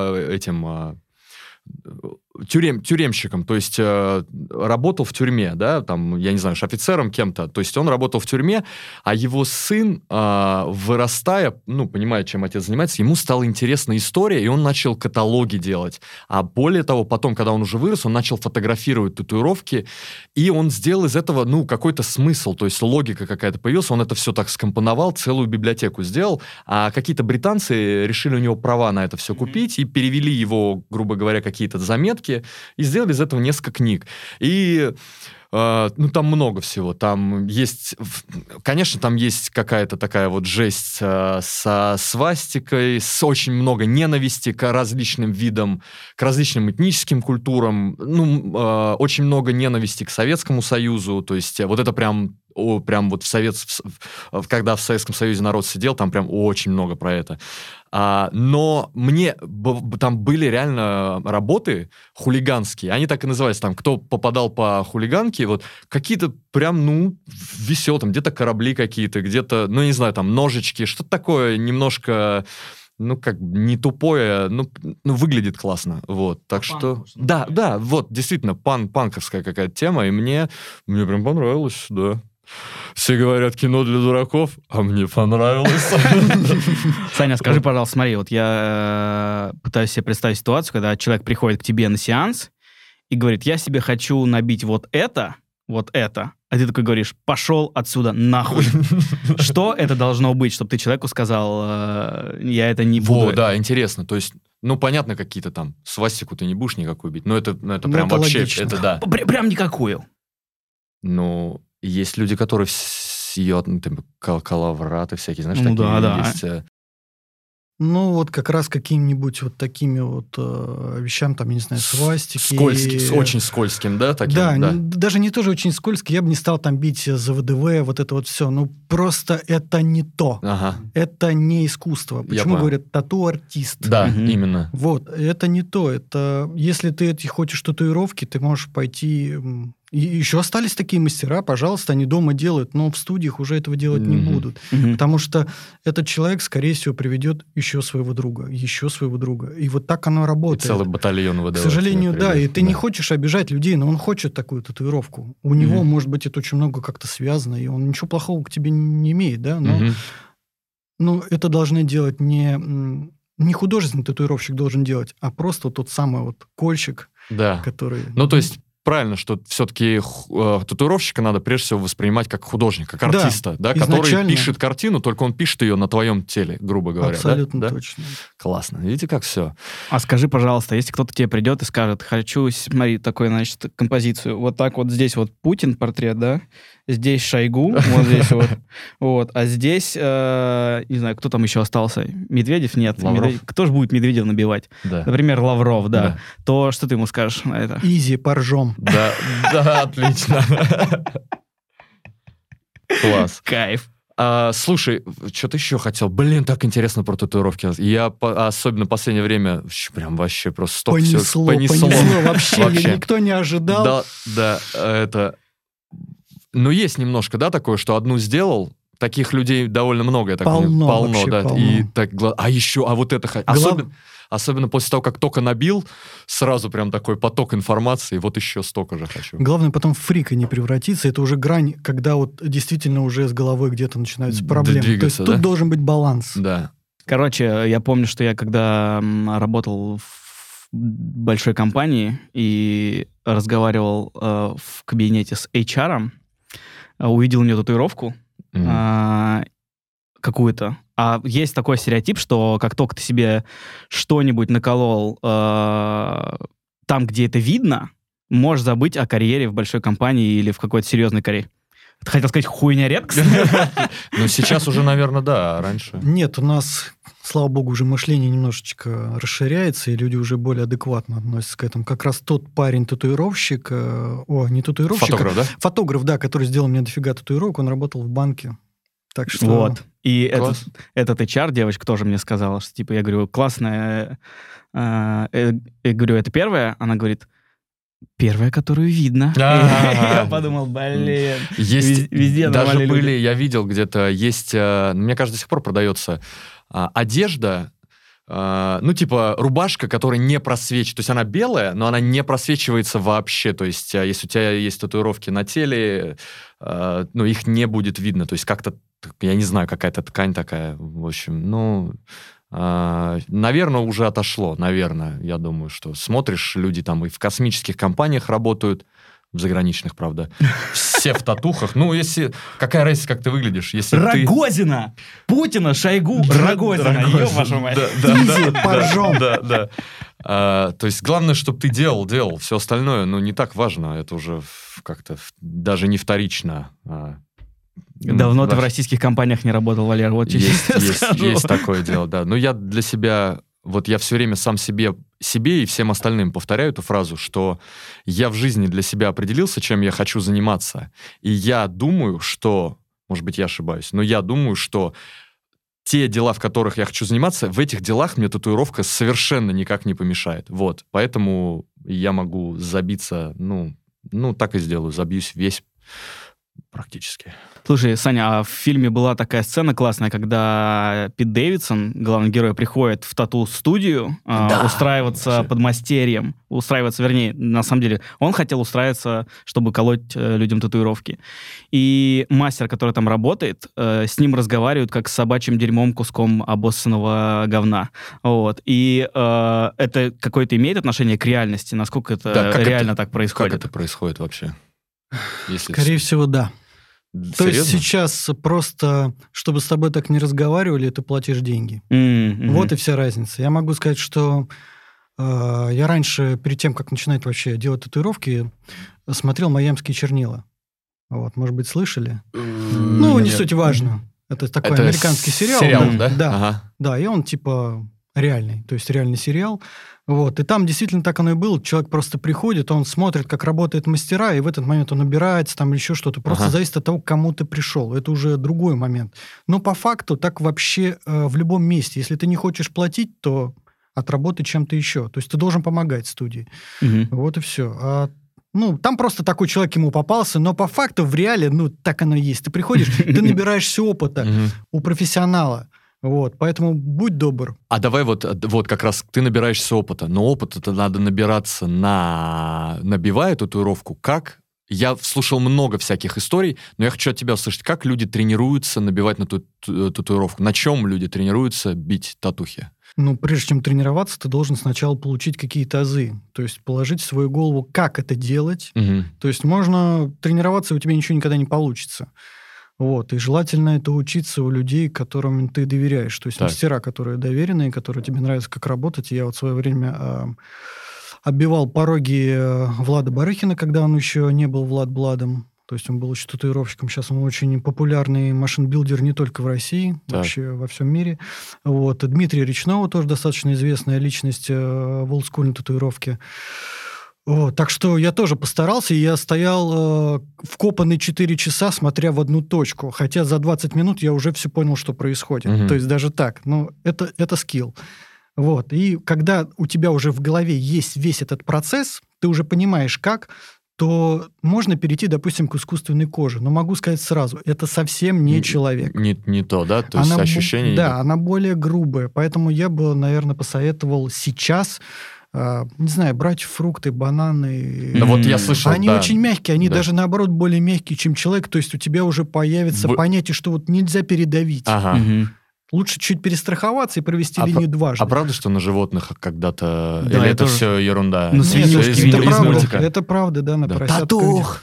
Speaker 1: тюремщиком, то есть работал в тюрьме, да, там, я не знаю, офицером кем-то, то есть он работал в тюрьме, а его сын, вырастая, ну, понимая, чем отец занимается, ему стала интересна история, и он начал каталоги делать. А более того, потом, когда он уже вырос, он начал фотографировать татуировки, и он сделал из этого, ну, какой-то смысл, то есть логика какая-то появилась, он это все так скомпоновал, целую библиотеку сделал, а какие-то британцы решили у него права на это все купить и перевели его, грубо говоря, какие-то заметки, и сделали из этого несколько книг. И ну, там много всего. Там есть... Конечно, там есть какая-то такая вот жесть со свастикой, с очень много ненависти к различным видам, к различным этническим культурам. Ну, очень много ненависти к Советскому Союзу. То есть вот это прям вот когда в Советском Союзе народ сидел, там прям очень много про это. Но там были реально работы хулиганские, они так и назывались, там, кто попадал по хулиганке, вот, какие-то прям, ну, веселые, там, где-то корабли какие-то, где-то, ну, не знаю, там, ножички, что-то такое немножко, ну, как не тупое, ну выглядит классно, вот, так что... Да, вот, действительно, панковская какая-то тема, и мне прям понравилось, да. Все говорят, кино для дураков, а мне понравилось.
Speaker 2: Саня, скажи, пожалуйста, смотри, вот я пытаюсь себе представить ситуацию, когда человек приходит к тебе на сеанс и говорит, я себе хочу набить вот это, а ты такой говоришь, пошел отсюда нахуй. Что это должно быть, чтобы ты человеку сказал, я это не буду?
Speaker 1: Да, интересно, то есть, ну, понятно, какие-то там, свастику ты не будешь никакую бить, но это прям
Speaker 3: это
Speaker 1: вообще,
Speaker 3: логично.
Speaker 1: это да.
Speaker 2: Прям никакую.
Speaker 1: Ну, есть люди, которые ее, калавраты всякие, знаешь,
Speaker 2: Ну,
Speaker 1: такие
Speaker 2: да.
Speaker 1: есть.
Speaker 3: Ну, вот как раз какими-нибудь вот такими вот вещам, там, я не знаю, свастики.
Speaker 1: С очень скользким, да, таким?
Speaker 3: Да, даже не тоже очень скользкий, я бы не стал там бить за ВДВ, вот это вот все. Ну, просто это не то.
Speaker 1: Ага.
Speaker 3: Это не искусство. Почему говорят тату-артист?
Speaker 1: Да, именно.
Speaker 3: Вот, это не то. Это, если ты хочешь татуировки, ты можешь пойти... И еще остались такие мастера, пожалуйста, они дома делают, но в студиях уже этого делать не будут. Потому что этот человек, скорее всего, приведет еще своего друга. И вот так оно работает.
Speaker 1: И целый батальон выдавать.
Speaker 3: К сожалению, да. И ты не хочешь обижать людей, но он хочет такую татуировку. У него, может быть, это очень много как-то связано, и он ничего плохого к тебе не имеет, да? Но это должны делать не не художественный татуировщик должен делать, а просто вот тот самый вот кольчик,
Speaker 1: Да.
Speaker 3: который...
Speaker 1: Ну, то есть правильно, что все-таки татуировщика надо прежде всего воспринимать как художника, как артиста, да, который
Speaker 3: изначально.
Speaker 1: пишет картину, только он пишет ее на твоем теле, грубо говоря.
Speaker 3: Абсолютно
Speaker 1: да?
Speaker 3: точно.
Speaker 1: Классно. Видите, как все?
Speaker 2: А скажи, пожалуйста, если кто-то тебе придет и скажет, хочу, смотри, такую, значит, композицию, вот так вот здесь вот Путин портрет, да, здесь Шойгу, вот здесь вот, а здесь, не знаю, кто там еще остался? Медведев? Нет.
Speaker 1: Лавров.
Speaker 2: Кто же будет Медведев набивать?
Speaker 1: Да.
Speaker 2: Например, Лавров, да. То что ты ему скажешь на это?
Speaker 3: Изи, поржем.
Speaker 1: Да, да, отлично. Класс.
Speaker 2: Кайф.
Speaker 1: Слушай, что-то еще хотел. Блин, так интересно про татуировки. Я особенно в последнее время прям вообще просто столько всего
Speaker 3: Понесло. Вообще, никто не ожидал.
Speaker 1: Да, это... Ну, есть немножко, да, такое, что одну сделал, таких людей довольно много, я так понимаю. Полно, да.
Speaker 3: Полно.
Speaker 1: И так, а вот это... Особенно после того, как только набил, сразу прям такой поток информации, вот еще столько же хочу.
Speaker 3: Главное потом в фрика не превратиться. Это уже грань, когда вот действительно уже с головой где-то начинаются проблемы. То есть тут должен быть баланс.
Speaker 1: Да.
Speaker 2: Короче, я помню, что я когда работал в большой компании и разговаривал в кабинете с HR, увидел у нее татуировку какую-то. А есть такой стереотип, что как только ты себе что-нибудь наколол там, где это видно, можешь забыть о карьере в большой компании или в какой-то серьезной карьере. Ты хотел сказать хуйня редкость?
Speaker 1: Ну, сейчас уже, наверное, да, раньше.
Speaker 3: Нет, у нас, слава богу, уже мышление немножечко расширяется, и люди уже более адекватно относятся к этому. Как раз тот парень-татуировщик, не татуировщик,
Speaker 1: фотограф, да?
Speaker 3: Фотограф, да, который сделал мне дофига татуировок, он работал в банке. Так что...
Speaker 2: Вот. И этот HR, девочка, тоже мне сказала, что, типа, я говорю, классная... Я говорю, это первая? Она говорит, первая, которую видно. Я подумал, блин. Везде
Speaker 1: даже были, я видел где-то, есть, мне кажется, до сих пор продается одежда, ну, типа, рубашка, которая не просвечивает. То есть она белая, но она не просвечивается вообще. То есть если у тебя есть татуировки на теле, ну, их не будет видно. То есть как-то, я не знаю, какая-то ткань такая. В общем, ну, наверное, уже отошло. Наверное, я думаю, что смотришь, люди там и в космических компаниях работают, в заграничных, правда. Все в татухах. Ну, если... Какая разница, как ты выглядишь? Если
Speaker 2: Рогозина! Путина, Шойгу, Рогозина. Ёб вашу мать.
Speaker 3: Изи, поржем.
Speaker 1: Да. То есть главное, чтобы ты делал. Все остальное, ну, не так важно. Это уже как-то даже не вторично.
Speaker 2: Давно ты в российских компаниях не работал, Валер. Вот
Speaker 1: есть такое дело, да. Но я для себя... Вот я все время сам себе и всем остальным повторяю эту фразу, что я в жизни для себя определился, чем я хочу заниматься. И я думаю, что... Может быть, я ошибаюсь, но я думаю, что те дела, в которых я хочу заниматься, в этих делах мне татуировка совершенно никак не помешает. Вот. Поэтому я могу забиться, ну так и сделаю. Забьюсь весь практически.
Speaker 2: Слушай, Саня, а в фильме была такая сцена классная, когда Пит Дэвидсон, главный герой, приходит в тату-студию устраиваться подмастерьем. Вернее, на самом деле, он хотел устраиваться, чтобы колоть людям татуировки. И мастер, который там работает, с ним разговаривают как с собачьим дерьмом, куском обоссанного говна. Вот. И это какое-то имеет отношение к реальности? Насколько это реально так происходит?
Speaker 1: Как это происходит вообще?
Speaker 3: Скорее всего, да.
Speaker 1: Серьезно?
Speaker 3: То есть сейчас просто, чтобы с тобой так не разговаривали, ты платишь деньги. Вот и вся разница. Я могу сказать, что я раньше, перед тем, как начинать вообще делать татуировки, смотрел «Майамские чернила». Вот, может быть, слышали? Ну, не суть важно. Это такой американский сериал.
Speaker 1: Сериал, да?
Speaker 3: Да. Да, и он типа реальный, то есть реальный сериал. Вот, и там действительно так оно и было. Человек просто приходит, он смотрит, как работают мастера, и в этот момент он убирается, там еще что-то. Просто зависит от того, к кому ты пришел. Это уже другой момент. Но по факту так вообще в любом месте. Если ты не хочешь платить, то отработай чем-то еще. То есть ты должен помогать студии. Вот и все. Там просто такой человек ему попался, но по факту в реале, так оно и есть. Ты приходишь, ты набираешься опыта у профессионала. Вот, поэтому будь добр.
Speaker 1: А давай вот как раз ты набираешься опыта, но опыт это надо набираться набивая татуировку, как я слушал много всяких историй, но я хочу от тебя услышать, как люди тренируются набивать на татуировку? На чем люди тренируются бить татухи?
Speaker 3: Ну, прежде чем тренироваться, ты должен сначала получить какие-то азы. То есть положить в свою голову, как это делать.
Speaker 1: Угу.
Speaker 3: То есть можно тренироваться, и у тебя ничего никогда не получится. Вот. И желательно это учиться у людей, которым ты доверяешь. То есть мастера, которые доверенные, которые тебе нравится, как работать. Я вот в свое время оббивал пороги Влада Барыхина, когда он еще не был Влад Бладом. То есть он был еще татуировщиком. Сейчас он очень популярный машин-билдер не только в России, вообще во всем мире. Вот. Дмитрий Речного тоже достаточно известная личность в олдскульной татуировке. Вот. Так что я тоже постарался, и я стоял вкопанный 4 часа, смотря в одну точку. Хотя за 20 минут я уже все понял, что происходит.
Speaker 1: Угу.
Speaker 3: То есть даже так. Ну, это скилл. Вот. И когда у тебя уже в голове есть весь этот процесс, ты уже понимаешь, как, то можно перейти, допустим, к искусственной коже. Но могу сказать сразу, это совсем не человек.
Speaker 1: Не то, да? То есть ощущение...
Speaker 3: Да, она более грубая. Поэтому я бы, наверное, посоветовал сейчас... не знаю, брать фрукты, бананы.
Speaker 1: Ну, вот я слышал,
Speaker 3: они очень мягкие, они даже, наоборот, более мягкие, чем человек. То есть у тебя уже появится понятие, что вот нельзя передавить.
Speaker 1: Ага.
Speaker 3: Лучше чуть перестраховаться и провести линию дважды.
Speaker 1: А правда, что на животных когда-то...
Speaker 2: Да,
Speaker 1: или это все ерунда?
Speaker 2: Ну,
Speaker 3: это правда, да, на поросятках.
Speaker 1: Татух!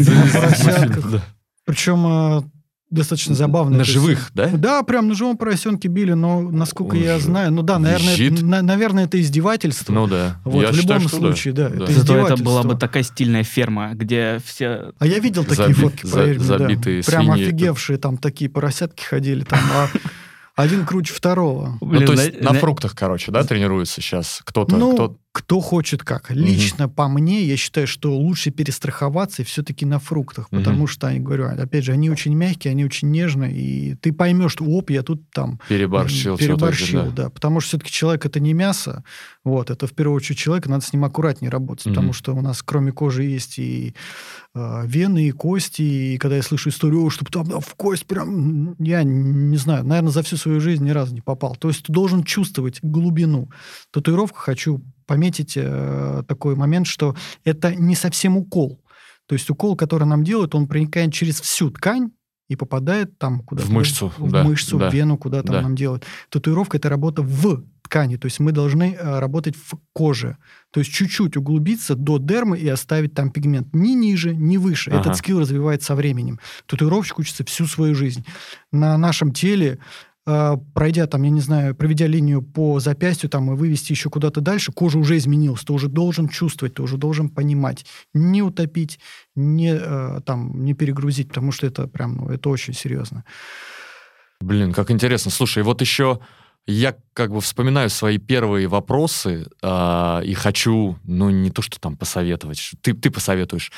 Speaker 3: Причем... достаточно забавно.
Speaker 1: На живых, да?
Speaker 3: Да, прям на живом поросенке били, но, насколько я знаю... Ну да, наверное, это издевательство.
Speaker 1: Ну да.
Speaker 3: Вот, в любом случае, да. Это
Speaker 2: зато это была бы такая стильная ферма, где все...
Speaker 3: А я видел такие фотки, поверь мне,
Speaker 1: забитые
Speaker 3: да. Прям
Speaker 1: свиньи.
Speaker 3: офигевшие там такие поросятки ходили там, один круче второго.
Speaker 1: Ну, то есть на фруктах, короче, да, тренируется сейчас кто-то?
Speaker 3: Ну, кто хочет как. Лично по мне, я считаю, что лучше перестраховаться все-таки на фруктах, потому что, я говорю, опять же, они очень мягкие, они очень нежные, и ты поймешь, что, я тут там...
Speaker 1: Переборщил,
Speaker 3: да. Потому что все-таки человек — это не мясо, вот, это в первую очередь человек, и надо с ним аккуратнее работать, потому что у нас кроме кожи есть и вены, и кости, и когда я слышу историю, чтобы там в кость прям, я не знаю, наверное, за всю свою жизнь ни разу не попал. То есть ты должен чувствовать глубину. Татуировку хочу пометить такой момент, что это не совсем укол. То есть укол, который нам делают, он проникает через всю ткань и попадает там куда-то.
Speaker 1: В мышцу.
Speaker 3: В вену, куда там нам делают. Татуировка — это работа в ткани. То есть мы должны работать в коже. То есть чуть-чуть углубиться до дермы и оставить там пигмент. Ни ниже, ни выше. Этот скилл развивается со временем. Татуировщик учится всю свою жизнь. На нашем теле, пройдя там, я не знаю, проведя линию по запястью там, и вывести еще куда-то дальше, кожа уже изменилась. Ты уже должен чувствовать, ты уже должен понимать. Не утопить, не перегрузить, потому что это прям, это очень серьезно.
Speaker 1: Блин, как интересно. Слушай, вот еще я как бы вспоминаю свои первые вопросы и хочу, не то, что там посоветовать, ты посоветуешь.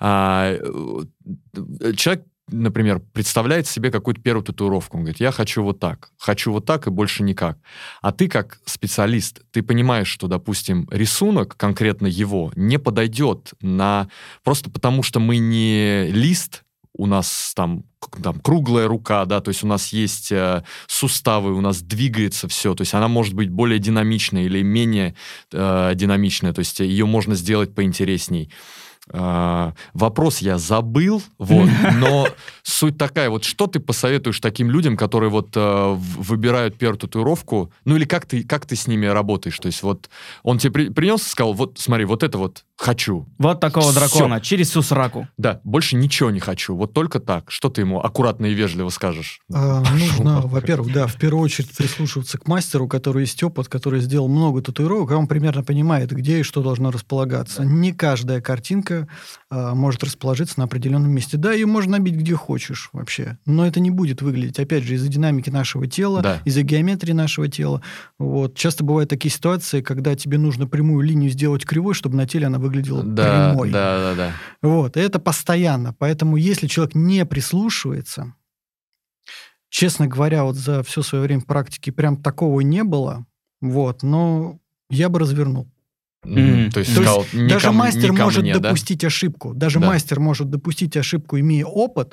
Speaker 1: Человек, например, представляет себе какую-то первую татуировку. Он говорит, я хочу вот так и больше никак. А ты как специалист, ты понимаешь, что, допустим, рисунок, конкретно его, не подойдет просто потому, что мы не лист, у нас там круглая рука, да, то есть у нас есть суставы, у нас двигается все, то есть она может быть более динамичная или менее динамичная, то есть ее можно сделать поинтересней. Вопрос я забыл, но суть такая, вот что ты посоветуешь таким людям, которые вот выбирают первую татуировку, или как ты с ними работаешь, то есть вот он тебе принес и сказал, вот смотри, вот это вот хочу.
Speaker 2: Вот такого дракона, через всю сраку.
Speaker 1: Да, больше ничего не хочу, вот только так. Что ты ему аккуратно и вежливо скажешь?
Speaker 3: Нужно, во-первых, да, в первую очередь прислушиваться к мастеру, который есть опыт, который сделал много татуировок, а он примерно понимает, где и что должно располагаться. Не каждая картинка может расположиться на определенном месте. Да, ее можно набить где хочешь вообще, но это не будет выглядеть, опять же, из-за динамики нашего тела, из-за геометрии нашего тела. Вот. Часто бывают такие ситуации, когда тебе нужно прямую линию сделать кривой, чтобы на теле она выглядела прямой.
Speaker 1: Да.
Speaker 3: Вот. И это постоянно. Поэтому если человек не прислушивается, честно говоря, вот за все свое время практики прям такого не было, но я бы развернул.
Speaker 1: То есть сказал,
Speaker 3: даже мастер может допустить ошибку. Даже мастер может допустить ошибку, имея опыт.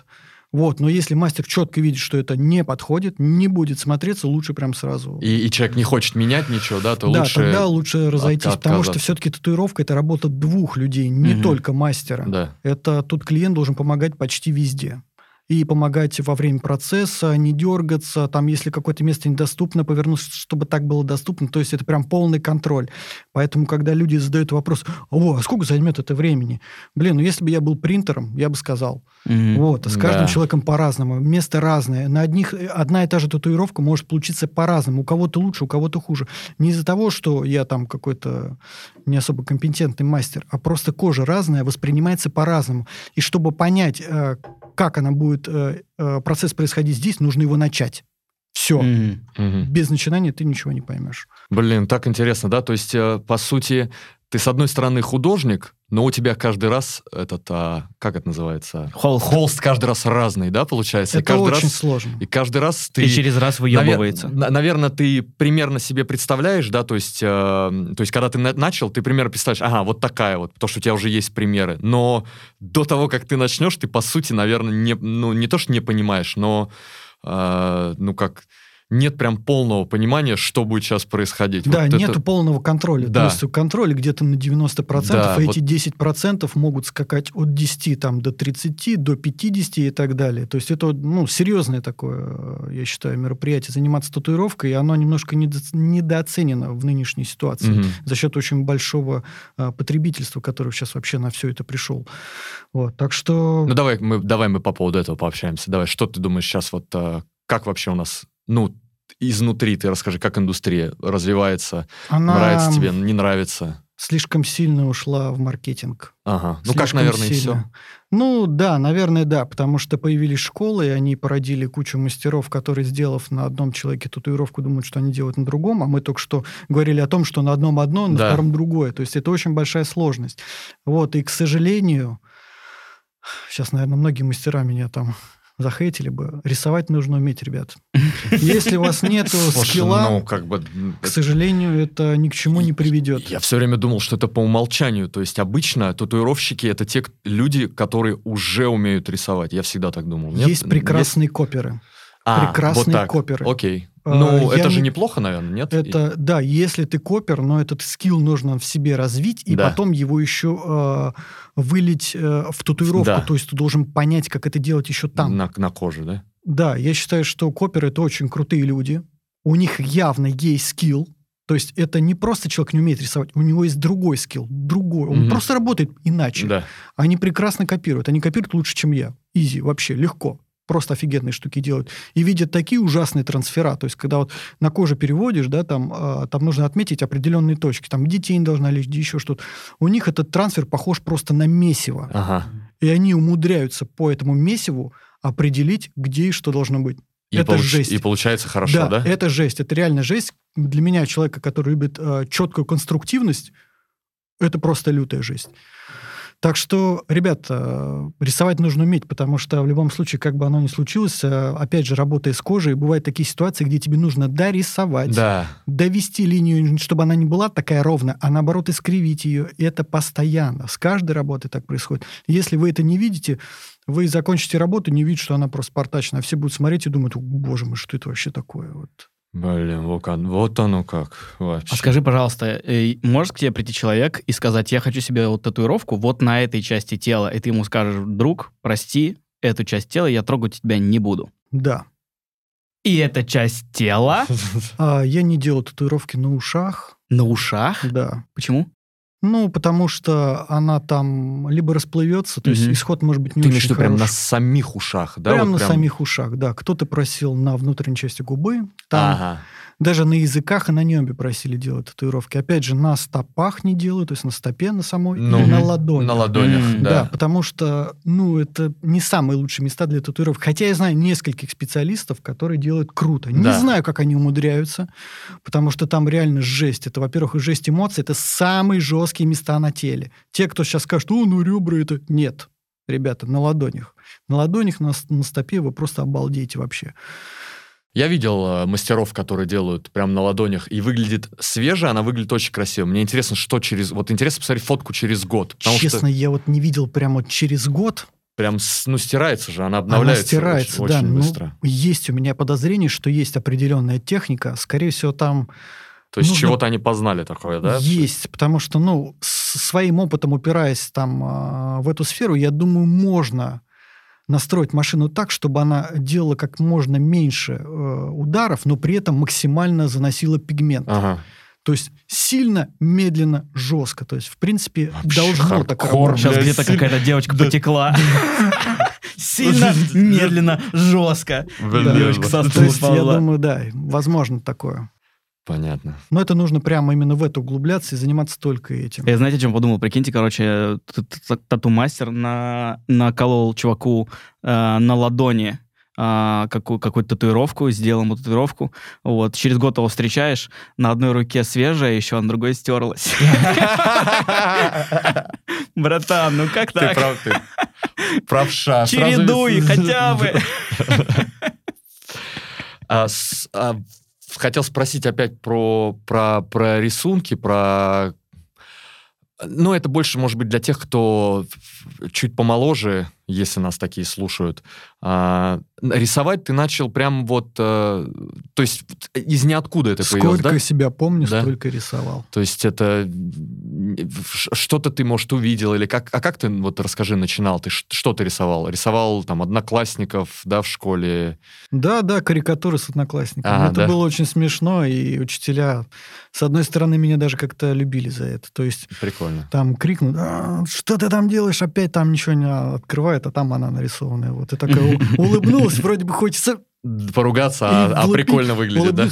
Speaker 3: Вот, но если мастер четко видит, что это не подходит, не будет смотреться, лучше прям сразу.
Speaker 1: И человек не хочет менять ничего, да, то
Speaker 3: да,
Speaker 1: лучше...
Speaker 3: тогда лучше разойтись, потому что
Speaker 1: отказаться.
Speaker 3: все-таки татуировка — это работа двух людей, не только мастера.
Speaker 1: Да.
Speaker 3: Это тут клиент должен помогать почти везде. И помогать во время процесса, не дергаться, там, если какое-то место недоступно, повернуться, чтобы так было доступно. То есть это прям полный контроль. Поэтому, когда люди задают вопрос, а сколько займет это времени? Блин, ну если бы я был принтером, я бы сказал. Вот, а с каждым человеком по-разному. Место разное. На одних одна и та же татуировка может получиться по-разному. У кого-то лучше, у кого-то хуже. Не из-за того, что я там какой-то не особо компетентный мастер, а просто кожа разная, воспринимается по-разному. И чтобы понять, как она будет, процесс происходить здесь, нужно его начать. Все. Без начинания ты ничего не поймешь.
Speaker 1: Блин, так интересно, да? То есть, по сути, ты, с одной стороны, художник, но у тебя каждый раз как это называется? Холст каждый раз разный, да, получается?
Speaker 3: Это
Speaker 1: каждый
Speaker 3: очень
Speaker 1: раз,
Speaker 3: сложно.
Speaker 1: И каждый раз ты...
Speaker 2: И через раз выебывается.
Speaker 1: Наверное, ты примерно себе представляешь, да, то есть когда ты начал, ты примерно представляешь, ага, вот такая вот, потому что у тебя уже есть примеры. Но до того, как ты начнешь, ты, по сути, наверное, не то, что не понимаешь, но, нет прям полного понимания, что будет сейчас происходить.
Speaker 3: Да,
Speaker 1: вот
Speaker 3: нету
Speaker 1: это...
Speaker 3: полного контроля.
Speaker 1: Да.
Speaker 3: То есть контроль где-то на 90%,
Speaker 1: Да,
Speaker 3: а эти 10% могут скакать от 10 до 30, до 50 и так далее. То есть это серьезное такое, я считаю, мероприятие. Заниматься татуировкой, и оно немножко недооценено в нынешней ситуации за счет очень большого потребительства, которое сейчас вообще на все это пришел. Вот, так что...
Speaker 1: Ну, давай мы по поводу этого пообщаемся. Давай, что ты думаешь сейчас, как вообще у нас... изнутри ты расскажи, как индустрия развивается,
Speaker 3: Она
Speaker 1: нравится тебе, не нравится?
Speaker 3: Слишком сильно ушла в маркетинг.
Speaker 1: Ага.
Speaker 3: Слишком
Speaker 1: как, наверное,
Speaker 3: сильно.
Speaker 1: и все.
Speaker 3: Наверное, да, потому что появились школы, и они породили кучу мастеров, которые, сделав на одном человеке татуировку, думают, что они делают на другом, а мы только что говорили о том, что на одном одно, на втором другое. То есть это очень большая сложность. Вот, и, к сожалению, сейчас, наверное, многие мастера меня там... захейтили бы. Рисовать нужно уметь, ребят. Если у вас нету скилла, к сожалению, это ни к чему не приведет.
Speaker 1: Я все время думал, что это по умолчанию. То есть обычно татуировщики — это те люди, которые уже умеют рисовать. Я всегда так думал.
Speaker 3: Есть прекрасные коперы. Прекрасные коперы.
Speaker 1: Окей. Это же неплохо, наверное, нет?
Speaker 3: Да, если ты копер, но этот скилл нужно в себе развить, и потом его еще вылить в татуировку. Да. То есть ты должен понять, как это делать еще там.
Speaker 1: На коже, да?
Speaker 3: Да, я считаю, что коперы — это очень крутые люди. У них явно есть скилл. То есть это не просто человек не умеет рисовать, у него есть другой скилл, другой. Он просто работает иначе.
Speaker 1: Да.
Speaker 3: Они прекрасно копируют. Они копируют лучше, чем я. Изи, вообще, легко. Просто офигенные штуки делают. И видят такие ужасные трансфера. То есть, когда вот на коже переводишь, да, там нужно отметить определенные точки. Там, где тень должна лечь, где еще что-то. У них этот трансфер похож просто на месиво.
Speaker 1: Ага.
Speaker 3: И они умудряются по этому месиву определить, где и что должно быть. Это жесть.
Speaker 1: И получается хорошо, да?
Speaker 3: Да, это жесть. Это реально жесть. Для меня, человека, который любит четкую конструктивность, это просто лютая жесть. Так что, ребята, рисовать нужно уметь, потому что в любом случае, как бы оно ни случилось, опять же, работая с кожей, бывают такие ситуации, где тебе нужно дорисовать, довести линию, чтобы она не была такая ровная, а наоборот искривить ее. И это постоянно. С каждой работой так происходит. Если вы это не видите, вы закончите работу, не видите, что она просто портачная, а все будут смотреть и думать: боже мой, что это вообще такое? Вот.
Speaker 1: Блин, вот оно как вообще.
Speaker 2: А скажи, пожалуйста, может к тебе прийти человек и сказать: я хочу себе вот татуировку вот на этой части тела, и ты ему скажешь: друг, прости, эту часть тела я трогать тебя не буду?
Speaker 3: Да.
Speaker 2: И эта часть тела?
Speaker 3: Я не делаю татуировки на ушах.
Speaker 2: На ушах?
Speaker 3: Да.
Speaker 2: Почему?
Speaker 3: Потому что она там либо расплывется, то есть исход может быть не
Speaker 1: очень
Speaker 3: хороший.
Speaker 1: Ты имеешь в виду прям на самих ушах, да?
Speaker 3: Прям на самих ушах, да. Кто-то просил на внутренней части губы. Там даже на языках и на небе просили делать татуировки. Опять же, на стопах не делают, то есть на стопе, на самой, и на ладонях.
Speaker 1: На ладонях,
Speaker 3: да. Потому что, это не самые лучшие места для татуировок. Хотя я знаю нескольких специалистов, которые делают круто. Не знаю, как они умудряются, потому что там реально жесть. Это, во-первых, и жесть эмоций, это самые жесткие места на теле. Те, кто сейчас скажет: ребра это... Нет, ребята, на ладонях. На ладонях, на стопе вы просто обалдеете вообще.
Speaker 1: Я видел мастеров, которые делают прям на ладонях, и выглядит свеже, она выглядит очень красиво. Мне интересно, что интересно посмотреть фотку через год.
Speaker 3: Честно, я не видел прямо через год,
Speaker 1: прям, стирается же, она обновляется.
Speaker 3: Она стирается,
Speaker 1: очень,
Speaker 3: да.
Speaker 1: очень быстро.
Speaker 3: Есть у меня подозрение, что есть определенная техника. Скорее всего, там...
Speaker 1: То есть чего-то они познали такое, да?
Speaker 3: Есть, потому что, своим опытом, упираясь там в эту сферу, я думаю, можно настроить машину так, чтобы она делала как можно меньше ударов, но при этом максимально заносила пигмент.
Speaker 1: Ага.
Speaker 3: То есть сильно, медленно, жестко. То есть, в принципе,
Speaker 1: Вообще
Speaker 3: должно так
Speaker 1: хардкор,
Speaker 3: работать.
Speaker 2: Сейчас
Speaker 1: Бля,
Speaker 2: где-то
Speaker 1: сильно.
Speaker 2: какая-то девочка потекла. Сильно, медленно, жестко.
Speaker 1: Блин,
Speaker 2: Девочка со
Speaker 3: То
Speaker 2: стула
Speaker 3: есть, я
Speaker 2: сползла.
Speaker 3: думаю, да, возможно такое.
Speaker 1: Понятно.
Speaker 3: Но это нужно прямо именно в это углубляться и заниматься только этим.
Speaker 2: Я знаете, о чем подумал? Прикиньте, короче, тату-мастер наколол чуваку на ладони какую-то татуировку, сделал ему татуировку. Вот. Через год его встречаешь, на одной руке свежая, еще а на другой стерлась. Братан, ну как
Speaker 1: Ты
Speaker 2: так?
Speaker 1: прав, ты правша.
Speaker 2: Чередуй хотя бы.
Speaker 1: Хотел спросить опять про рисунки, про... Ну, это больше, может быть, для тех, кто чуть помоложе, если нас такие слушают. Рисовать ты начал прям вот... То есть из ниоткуда это появилось, да?
Speaker 3: Сколько себя помню,
Speaker 1: Да.
Speaker 3: столько рисовал.
Speaker 1: То есть это что-то ты, может, увидел, или как... А как ты, вот расскажи, начинал? Ты что ты рисовал? Рисовал там одноклассников, да, в школе?
Speaker 3: Да, карикатуры с одноклассниками.
Speaker 1: Ага,
Speaker 3: Это
Speaker 1: да.
Speaker 3: было очень смешно, и учителя, с одной стороны, меня даже как-то любили за это. То есть
Speaker 1: Прикольно.
Speaker 3: там крикнут: что ты там делаешь, опять там ничего не открывает, а там она нарисованная. Вот и такая улыбнулась, вроде бы хочется
Speaker 1: Поругаться,
Speaker 3: И
Speaker 1: а
Speaker 3: влупить,
Speaker 1: прикольно выглядит, да?
Speaker 3: улыбнусь,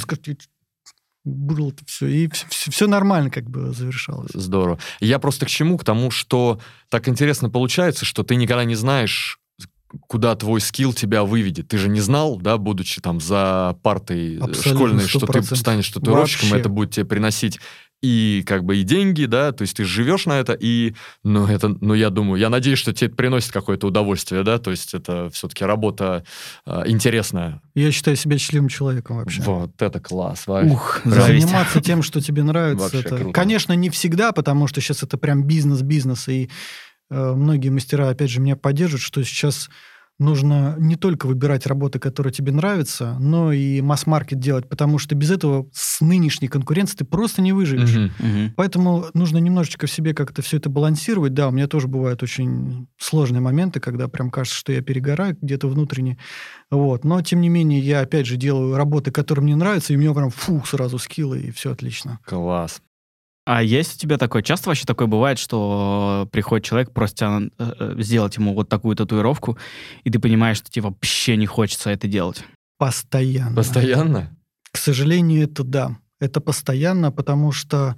Speaker 3: было это все. И все нормально как бы завершалось.
Speaker 1: Здорово. Я просто к чему? К тому, что так интересно получается, что ты никогда не знаешь, куда твой скилл тебя выведет. Ты же не знал, да, будучи там за партой
Speaker 3: Абсолютно,
Speaker 1: школьной, что ты
Speaker 3: 100%.
Speaker 1: станешь татуировщиком,
Speaker 3: Вообще.
Speaker 1: это будет тебе приносить и как бы и деньги, да, то есть ты живешь на это, и, я думаю, я надеюсь, что тебе это приносит какое-то удовольствие, да, то есть это все-таки работа интересная.
Speaker 3: Я считаю себя счастливым человеком вообще.
Speaker 1: Вот, это класс, вообще.
Speaker 2: Ух, зависть.
Speaker 3: Заниматься тем, что тебе нравится,
Speaker 1: Вообще
Speaker 3: это,
Speaker 1: круто.
Speaker 3: конечно, не всегда, потому что сейчас это прям бизнес, и многие мастера, опять же, меня поддерживают, что сейчас нужно не только выбирать работы, которые тебе нравятся, но и масс-маркет делать, потому что без этого с нынешней конкуренцией ты просто не выживешь.
Speaker 1: Мгм.
Speaker 2: Мгм.
Speaker 3: Поэтому нужно немножечко в себе как-то все это балансировать. Да, у меня тоже бывают очень сложные моменты, когда прям кажется, что я перегораю где-то внутренне. Вот. Но, тем не менее, я, опять же, делаю работы, которые мне нравятся, и у меня прям сразу скиллы, и все отлично.
Speaker 1: Класс.
Speaker 2: А есть у тебя такое? Часто вообще такое бывает, что приходит человек, просит тебя сделать ему вот такую татуировку, и ты понимаешь, что тебе вообще не хочется это делать?
Speaker 3: Постоянно.
Speaker 1: Постоянно?
Speaker 3: К сожалению, это да. Это постоянно, потому что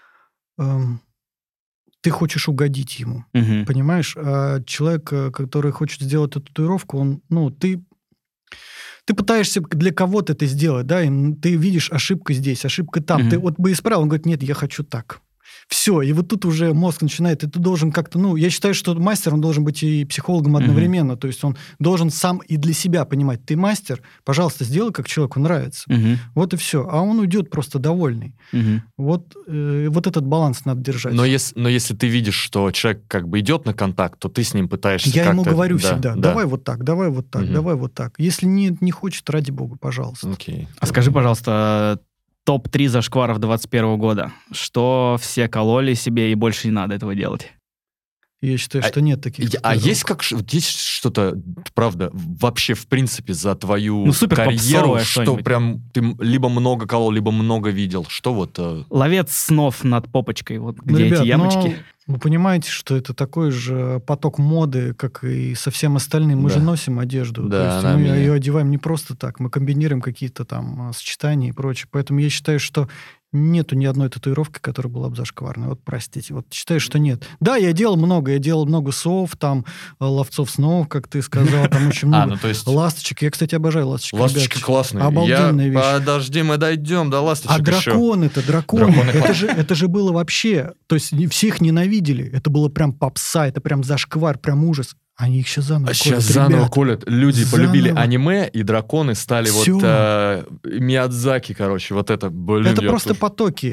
Speaker 3: ты хочешь угодить ему.
Speaker 2: Мгм.
Speaker 3: Понимаешь? А человек, который хочет сделать эту татуировку, он, ты пытаешься для кого-то это сделать, да, и ты видишь ошибку здесь, ошибка там.
Speaker 2: Мгм.
Speaker 3: Ты вот бы исправил, он говорит: нет, я хочу так. Все, и вот тут уже мозг начинает, и ты должен как-то, я считаю, что мастер, он должен быть и психологом одновременно, то есть он должен сам и для себя понимать: ты мастер, пожалуйста, сделай, как человеку нравится.
Speaker 2: Мгм.
Speaker 3: Вот и все. А он уйдет просто довольный.
Speaker 2: Мгм.
Speaker 3: Вот этот баланс надо держать.
Speaker 1: Но если ты видишь, что человек как бы идет на контакт, то ты с ним пытаешься
Speaker 3: Я
Speaker 1: как-то...
Speaker 3: ему говорю
Speaker 1: Да,
Speaker 3: всегда:
Speaker 1: да.
Speaker 3: давай вот так, давай вот так,
Speaker 1: Мгм.
Speaker 3: давай вот так. Если не хочет, ради бога, пожалуйста.
Speaker 1: Окей.
Speaker 2: А скажи, пожалуйста, топ-3 зашкваров 21 года. Что все кололи себе, и больше не надо этого делать?
Speaker 3: Я считаю, что нет таких.
Speaker 1: А есть есть что-то, правда, вообще в принципе за твою
Speaker 2: супер
Speaker 1: карьеру,
Speaker 2: попсовое
Speaker 1: что
Speaker 2: что-нибудь.
Speaker 1: прям ты либо много колол, либо много видел? Что вот...
Speaker 2: Ловец снов над попочкой, вот где
Speaker 3: Ребят,
Speaker 2: эти ямочки.
Speaker 3: вы понимаете, что это такой же поток моды, как и со всем остальным. Мы
Speaker 1: Да.
Speaker 3: же носим одежду.
Speaker 1: Да,
Speaker 3: То есть
Speaker 1: она
Speaker 3: мы
Speaker 1: меня-
Speaker 3: ее одеваем не просто так. Мы комбинируем какие-то там сочетания и прочее. Поэтому я считаю, что нету ни одной татуировки, которая была бы зашкварной. Вот простите. Вот считаю, что нет. Да, я делал много сов, там, ловцов снов, как ты сказал, там очень много.
Speaker 1: то есть...
Speaker 3: Ласточек. Я, кстати, обожаю ласточки.
Speaker 1: Ласточки
Speaker 3: ребят.
Speaker 1: классные.
Speaker 3: Обалденная вещь.
Speaker 1: Подожди, мы дойдем до ласточек
Speaker 3: А
Speaker 1: еще.
Speaker 3: драконы-то, драконы.
Speaker 1: Драконы
Speaker 3: Это же было вообще... То есть всех ненавидели. Это было прям попса, это прям зашквар, прям ужас. Они их сейчас заново колят.
Speaker 1: Сейчас заново
Speaker 3: Ребят,
Speaker 1: колят. Люди
Speaker 3: заново.
Speaker 1: полюбили аниме, и драконы стали
Speaker 3: Всё.
Speaker 1: Миядзаки, короче, вот это, блин.
Speaker 3: это
Speaker 1: я
Speaker 3: просто
Speaker 1: тоже-
Speaker 3: потоки.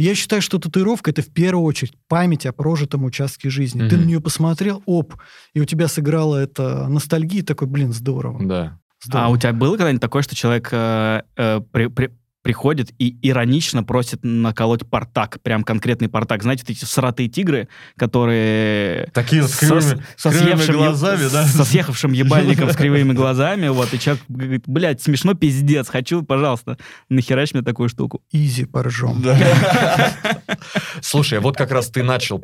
Speaker 3: Я считаю, что татуировка — это в первую очередь память о прожитом участке жизни. Ты на нее посмотрел, и у тебя сыграла эта ностальгия, такой, блин, здорово.
Speaker 1: Да.
Speaker 2: А у тебя было когда-нибудь такое, что человек приходит и иронично просит наколоть портак, прям конкретный портак? Знаете, вот эти сратые тигры, которые...
Speaker 1: Такие вот с кривыми глазами, да?
Speaker 2: Со съехавшим ебальником с кривыми глазами, вот, и человек говорит, блядь, смешно, пиздец, хочу, пожалуйста, нахерачь мне такую штуку.
Speaker 3: Изи, поржем.
Speaker 1: Слушай, вот как раз ты начал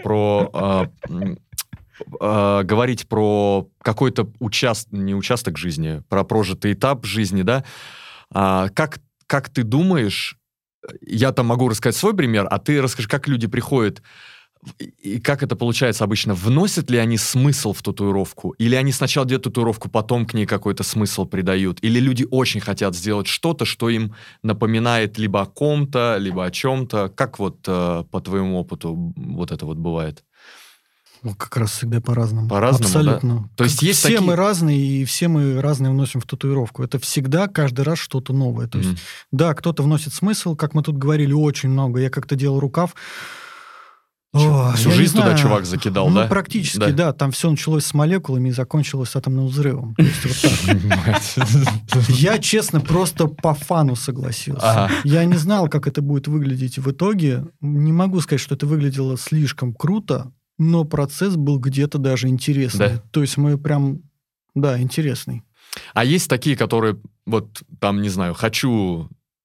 Speaker 1: говорить про какой-то не участок жизни, про прожитый этап жизни, да? Как ты думаешь, я там могу рассказать свой пример, а ты расскажи, как люди приходят, и как это получается обычно? Вносят ли они смысл в татуировку? Или они сначала делают татуировку, потом к ней какой-то смысл придают? Или люди очень хотят сделать что-то, что им напоминает либо о ком-то, либо о чем-то? Как вот по твоему опыту вот это вот бывает?
Speaker 3: Как раз всегда по-разному.
Speaker 1: По-разному,
Speaker 3: абсолютно.
Speaker 1: Да? То есть есть
Speaker 3: все мы разные, и все мы разные вносим в татуировку. Это всегда, каждый раз что-то новое. То есть, да, кто-то вносит смысл, как мы тут говорили, очень много. Я как-то делал рукав.
Speaker 1: Всю жизнь туда чувак закидал, да?
Speaker 3: Практически, да. Там все началось с молекулами и закончилось атомным взрывом. То есть вот так. Я, честно, просто по фану согласился. Я не знал, как это будет выглядеть в итоге. Не могу сказать, что это выглядело слишком круто, но процесс был где-то даже интересный. Да? То есть мы прям, да, интересный.
Speaker 1: А есть такие, которые, вот там, не знаю, хочу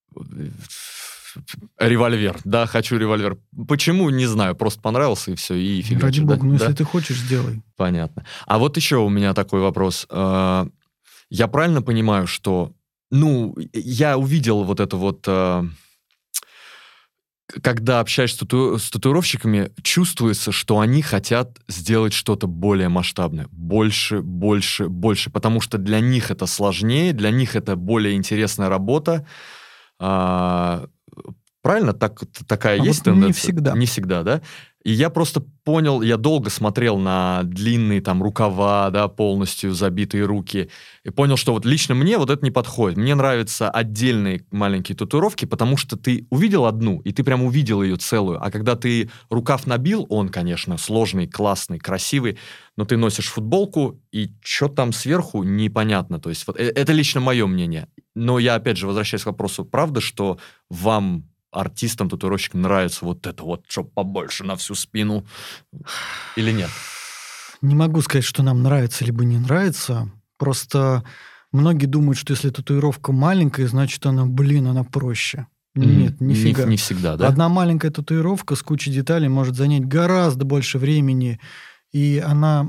Speaker 1: револьвер, да, хочу револьвер. Почему, не знаю, просто понравился и все, и фигачу.
Speaker 3: Ради бога,
Speaker 1: да?
Speaker 3: Если ты хочешь, сделай.
Speaker 1: Понятно. А вот еще у меня такой вопрос. Я правильно понимаю, что, я увидел вот это вот... Когда общаешься с татуировщиками, чувствуется, что они хотят сделать что-то более масштабное. Больше, потому что для них это сложнее, для них это более интересная работа. Правильно? Такая есть тенденция?
Speaker 3: Не всегда.
Speaker 1: Не всегда, да? И я просто понял, я долго смотрел на длинные там рукава, да, полностью забитые руки, и понял, что вот лично мне вот это не подходит. Мне нравятся отдельные маленькие татуировки, потому что ты увидел одну, и ты прям увидел ее целую. А когда ты рукав набил, он, конечно, сложный, классный, красивый, но ты носишь футболку, и что там сверху, непонятно. То есть вот это лично мое мнение. Но я, опять же, возвращаюсь к вопросу, правда, что вам... артистам, татуировщикам нравится вот это вот, чтобы побольше на всю спину, или нет?
Speaker 3: Не могу сказать, что нам нравится, либо не нравится. Просто многие думают, что если татуировка маленькая, значит, она проще. Нет, нифига.
Speaker 1: Не всегда, да?
Speaker 3: Одна маленькая татуировка с кучей деталей может занять гораздо больше времени, и она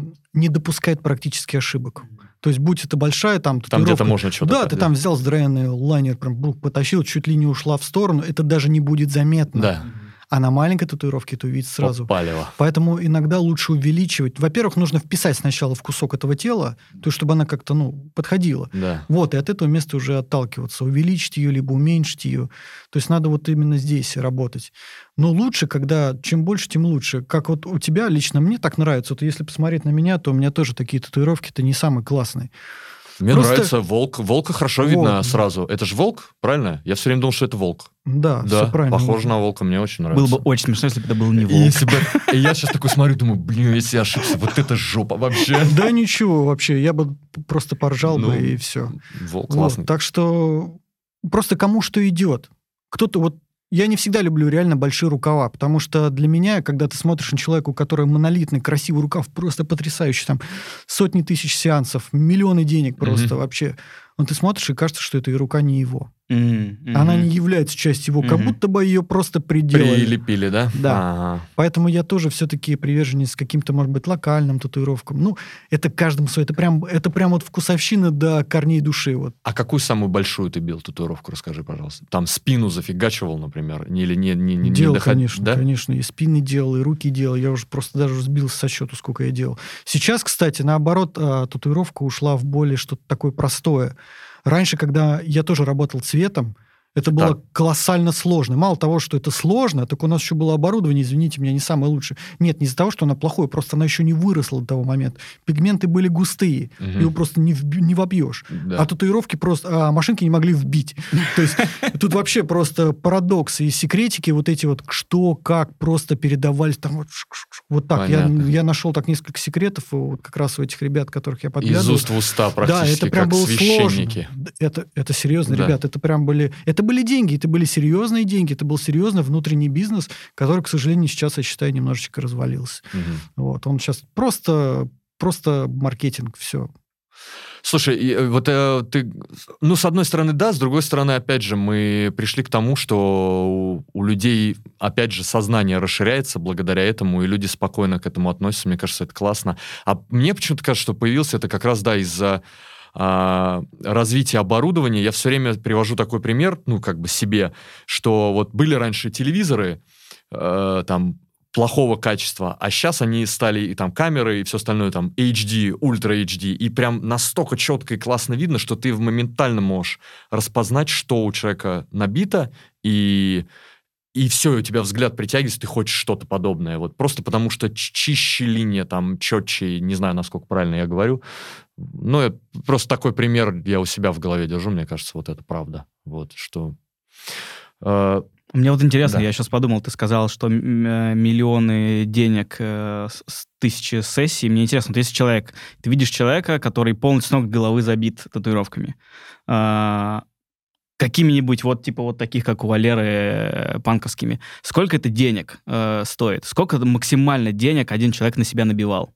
Speaker 3: не допускает практически ошибок. То есть, будь это большая там татуировка...
Speaker 1: Там где-то можно что-то...
Speaker 3: Да, ты там взял здоровенный лайнер, прям потащил, чуть ли не ушла в сторону, это даже не будет заметно.
Speaker 1: Да.
Speaker 3: А на маленькой татуировке это увидеть сразу.
Speaker 1: Попалево.
Speaker 3: Поэтому иногда лучше увеличивать. Во-первых, нужно вписать сначала в кусок этого тела, то есть, чтобы она как-то, подходила.
Speaker 1: Да.
Speaker 3: Вот, и от этого места уже отталкиваться. Увеличить ее, либо уменьшить ее. То есть, надо вот именно здесь работать. Но лучше, когда чем больше, тем лучше. Как вот у тебя лично, мне так нравится. Вот если посмотреть на меня, то у меня тоже такие татуировки-то не самые классные.
Speaker 1: Мне нравится волк. Волка хорошо видно сразу. Это же волк, правильно? Я все время думал, что это волк.
Speaker 3: Да, все правильно.
Speaker 1: Похоже на волка, мне очень нравится.
Speaker 2: Было бы очень смешно, если бы это был не волк.
Speaker 1: И я сейчас такой смотрю, думаю, если я ошибся, вот это жопа вообще.
Speaker 3: Да ничего вообще, я бы просто поржал бы и все.
Speaker 1: Волк классный.
Speaker 3: Так что просто кому что идет. Кто-то вот... Я не всегда люблю реально большие рукава, потому что для меня, когда ты смотришь на человека, у которого монолитный, красивый рукав, просто потрясающий, там сотни тысяч сеансов, миллионы денег просто вообще. Но ты смотришь, и кажется, что эта рука не его. Она не является частью его, как будто бы ее просто приделали.
Speaker 1: Прилепили, да?
Speaker 3: Да. Поэтому я тоже все-таки приверженец каким-то, может быть, локальным татуировкам. Это каждому свое. Это прям вот вкусовщина до корней души. Вот.
Speaker 1: А какую самую большую ты бил татуировку, расскажи, пожалуйста. Там спину зафигачивал, например? Или не
Speaker 3: делал, конечно, да? Конечно. И спины делал, и руки делал. Я уже просто даже сбился со счету, сколько я делал. Сейчас, кстати, наоборот, татуировка ушла в более что-то такое простое. Раньше, когда я тоже работал цветом, Это было
Speaker 1: Так.
Speaker 3: колоссально сложно. Мало того, что это сложно, так у нас еще было оборудование, извините меня, не самое лучшее. Нет, не из-за того, что оно плохое, просто она еще не выросла до того момента. Пигменты были густые, его просто не вобьешь.
Speaker 1: Да.
Speaker 3: А татуировки просто... А машинки не могли вбить. То есть тут вообще просто парадокс. И секретики вот эти вот, что, как, просто передавались. Там вот так. Я нашел так несколько секретов вот как раз у этих ребят, которых я подглядывал.
Speaker 1: Из уст в уста практически,
Speaker 3: да, это прям
Speaker 1: как
Speaker 3: было
Speaker 1: священники.
Speaker 3: сложно. Это серьезно,
Speaker 1: Да.
Speaker 3: ребят. Это прям были... Это были деньги, это были серьезные деньги, это был серьезный внутренний бизнес, который, к сожалению, сейчас, я считаю, немножечко развалился. Вот. Он сейчас просто маркетинг, все.
Speaker 1: Слушай, вот ты, ну, с одной стороны, да, с другой стороны, опять же, мы пришли к тому, что у людей, опять же, сознание расширяется благодаря этому, и люди спокойно к этому относятся. Мне кажется, это классно. А мне почему-то кажется, что появился это как раз, да, из-за развития оборудования. Я все время привожу такой пример, ну, как бы себе, что вот были раньше телевизоры, там, плохого качества, а сейчас они стали, и там камеры, и все остальное, там, HD, Ultra HD, и прям настолько четко и классно видно, что ты моментально можешь распознать, что у человека набито, и все, у тебя взгляд притягивается, ты хочешь что-то подобное. Вот просто потому, что чище линия, там, четче, не знаю, насколько правильно я говорю. Но просто такой пример я у себя в голове держу, мне кажется, вот это правда. Вот, что...
Speaker 2: Мне вот интересно,
Speaker 1: Да.
Speaker 2: я сейчас подумал, ты сказал, что миллионы денег с тысячи сессий. Мне интересно, вот если ты видишь человека, который полностью с ног до головы забит татуировками, какими-нибудь вот типа вот таких, как у Валеры, панковскими, сколько это денег стоит? Сколько максимально денег один человек на себя набивал?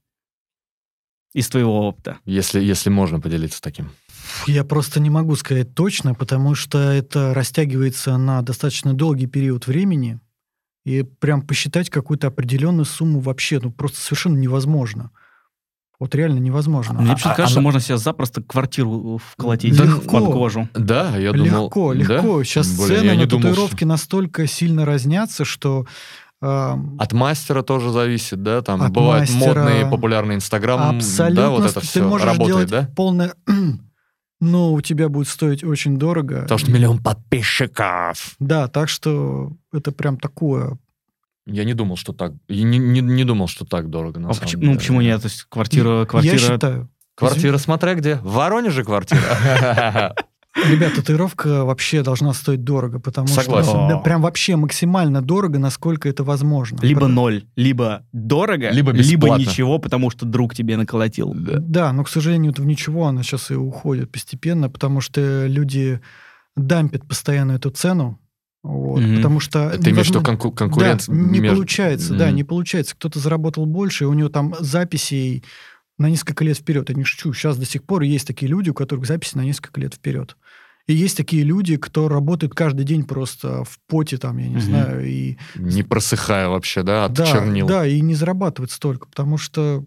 Speaker 2: Из твоего опыта.
Speaker 1: Если можно поделиться таким.
Speaker 3: Я просто не могу сказать точно, потому что это растягивается на достаточно долгий период времени, и прям посчитать какую-то определенную сумму вообще, ну, просто совершенно невозможно. Вот реально невозможно.
Speaker 2: Мне почему-то кажется, что можно себе запросто квартиру вколотить
Speaker 3: Да
Speaker 2: под
Speaker 3: легко.
Speaker 2: кожу.
Speaker 1: Да, я думал...
Speaker 3: Легко.
Speaker 1: Да?
Speaker 3: Сейчас
Speaker 1: Блин,
Speaker 3: цены
Speaker 1: я не
Speaker 3: на
Speaker 1: думал,
Speaker 3: татуировки настолько сильно разнятся, что...
Speaker 1: От мастера тоже зависит, да? Там
Speaker 3: От
Speaker 1: бывают
Speaker 3: мастера.
Speaker 1: модные, популярные Инстаграм.
Speaker 3: Абсолютно.
Speaker 1: Да, вот это
Speaker 3: Ты
Speaker 1: все
Speaker 3: можешь
Speaker 1: работает,
Speaker 3: делать
Speaker 1: да?
Speaker 3: полное... Но у тебя будет стоить очень дорого.
Speaker 1: Потому что 1 миллион подписчиков.
Speaker 3: Да, так что это прям такое...
Speaker 1: Я не думал, что так... Я не думал, что так дорого, на самом деле.
Speaker 2: Ну, почему нет? То есть квартира...
Speaker 3: Я считаю...
Speaker 1: Квартира, смотря где. В Воронеже квартира.
Speaker 3: Ребят, татуировка вообще должна стоить дорого, потому
Speaker 1: Согласен.
Speaker 3: что да, прям вообще максимально дорого, насколько это возможно.
Speaker 2: Либо ноль, либо дорого,
Speaker 1: Либо бесплатно.
Speaker 2: ничего, потому что друг тебе наколотил.
Speaker 3: Да, но, к сожалению, это в ничего, она сейчас и уходит постепенно, потому что люди дампят постоянно эту цену. Вот, потому что
Speaker 1: Ты имеешь в виду конкуренция?
Speaker 3: Да, не получается, да, не получается. Кто-то заработал больше, и у него там записей на несколько лет вперед. Я не шучу. Сейчас до сих пор есть такие люди, у которых записи на несколько лет вперед. И есть такие люди, кто работает каждый день просто в поте, там, я не знаю, и...
Speaker 1: Не просыхая вообще, да, от чернил.
Speaker 3: Да, и не зарабатывает столько, потому что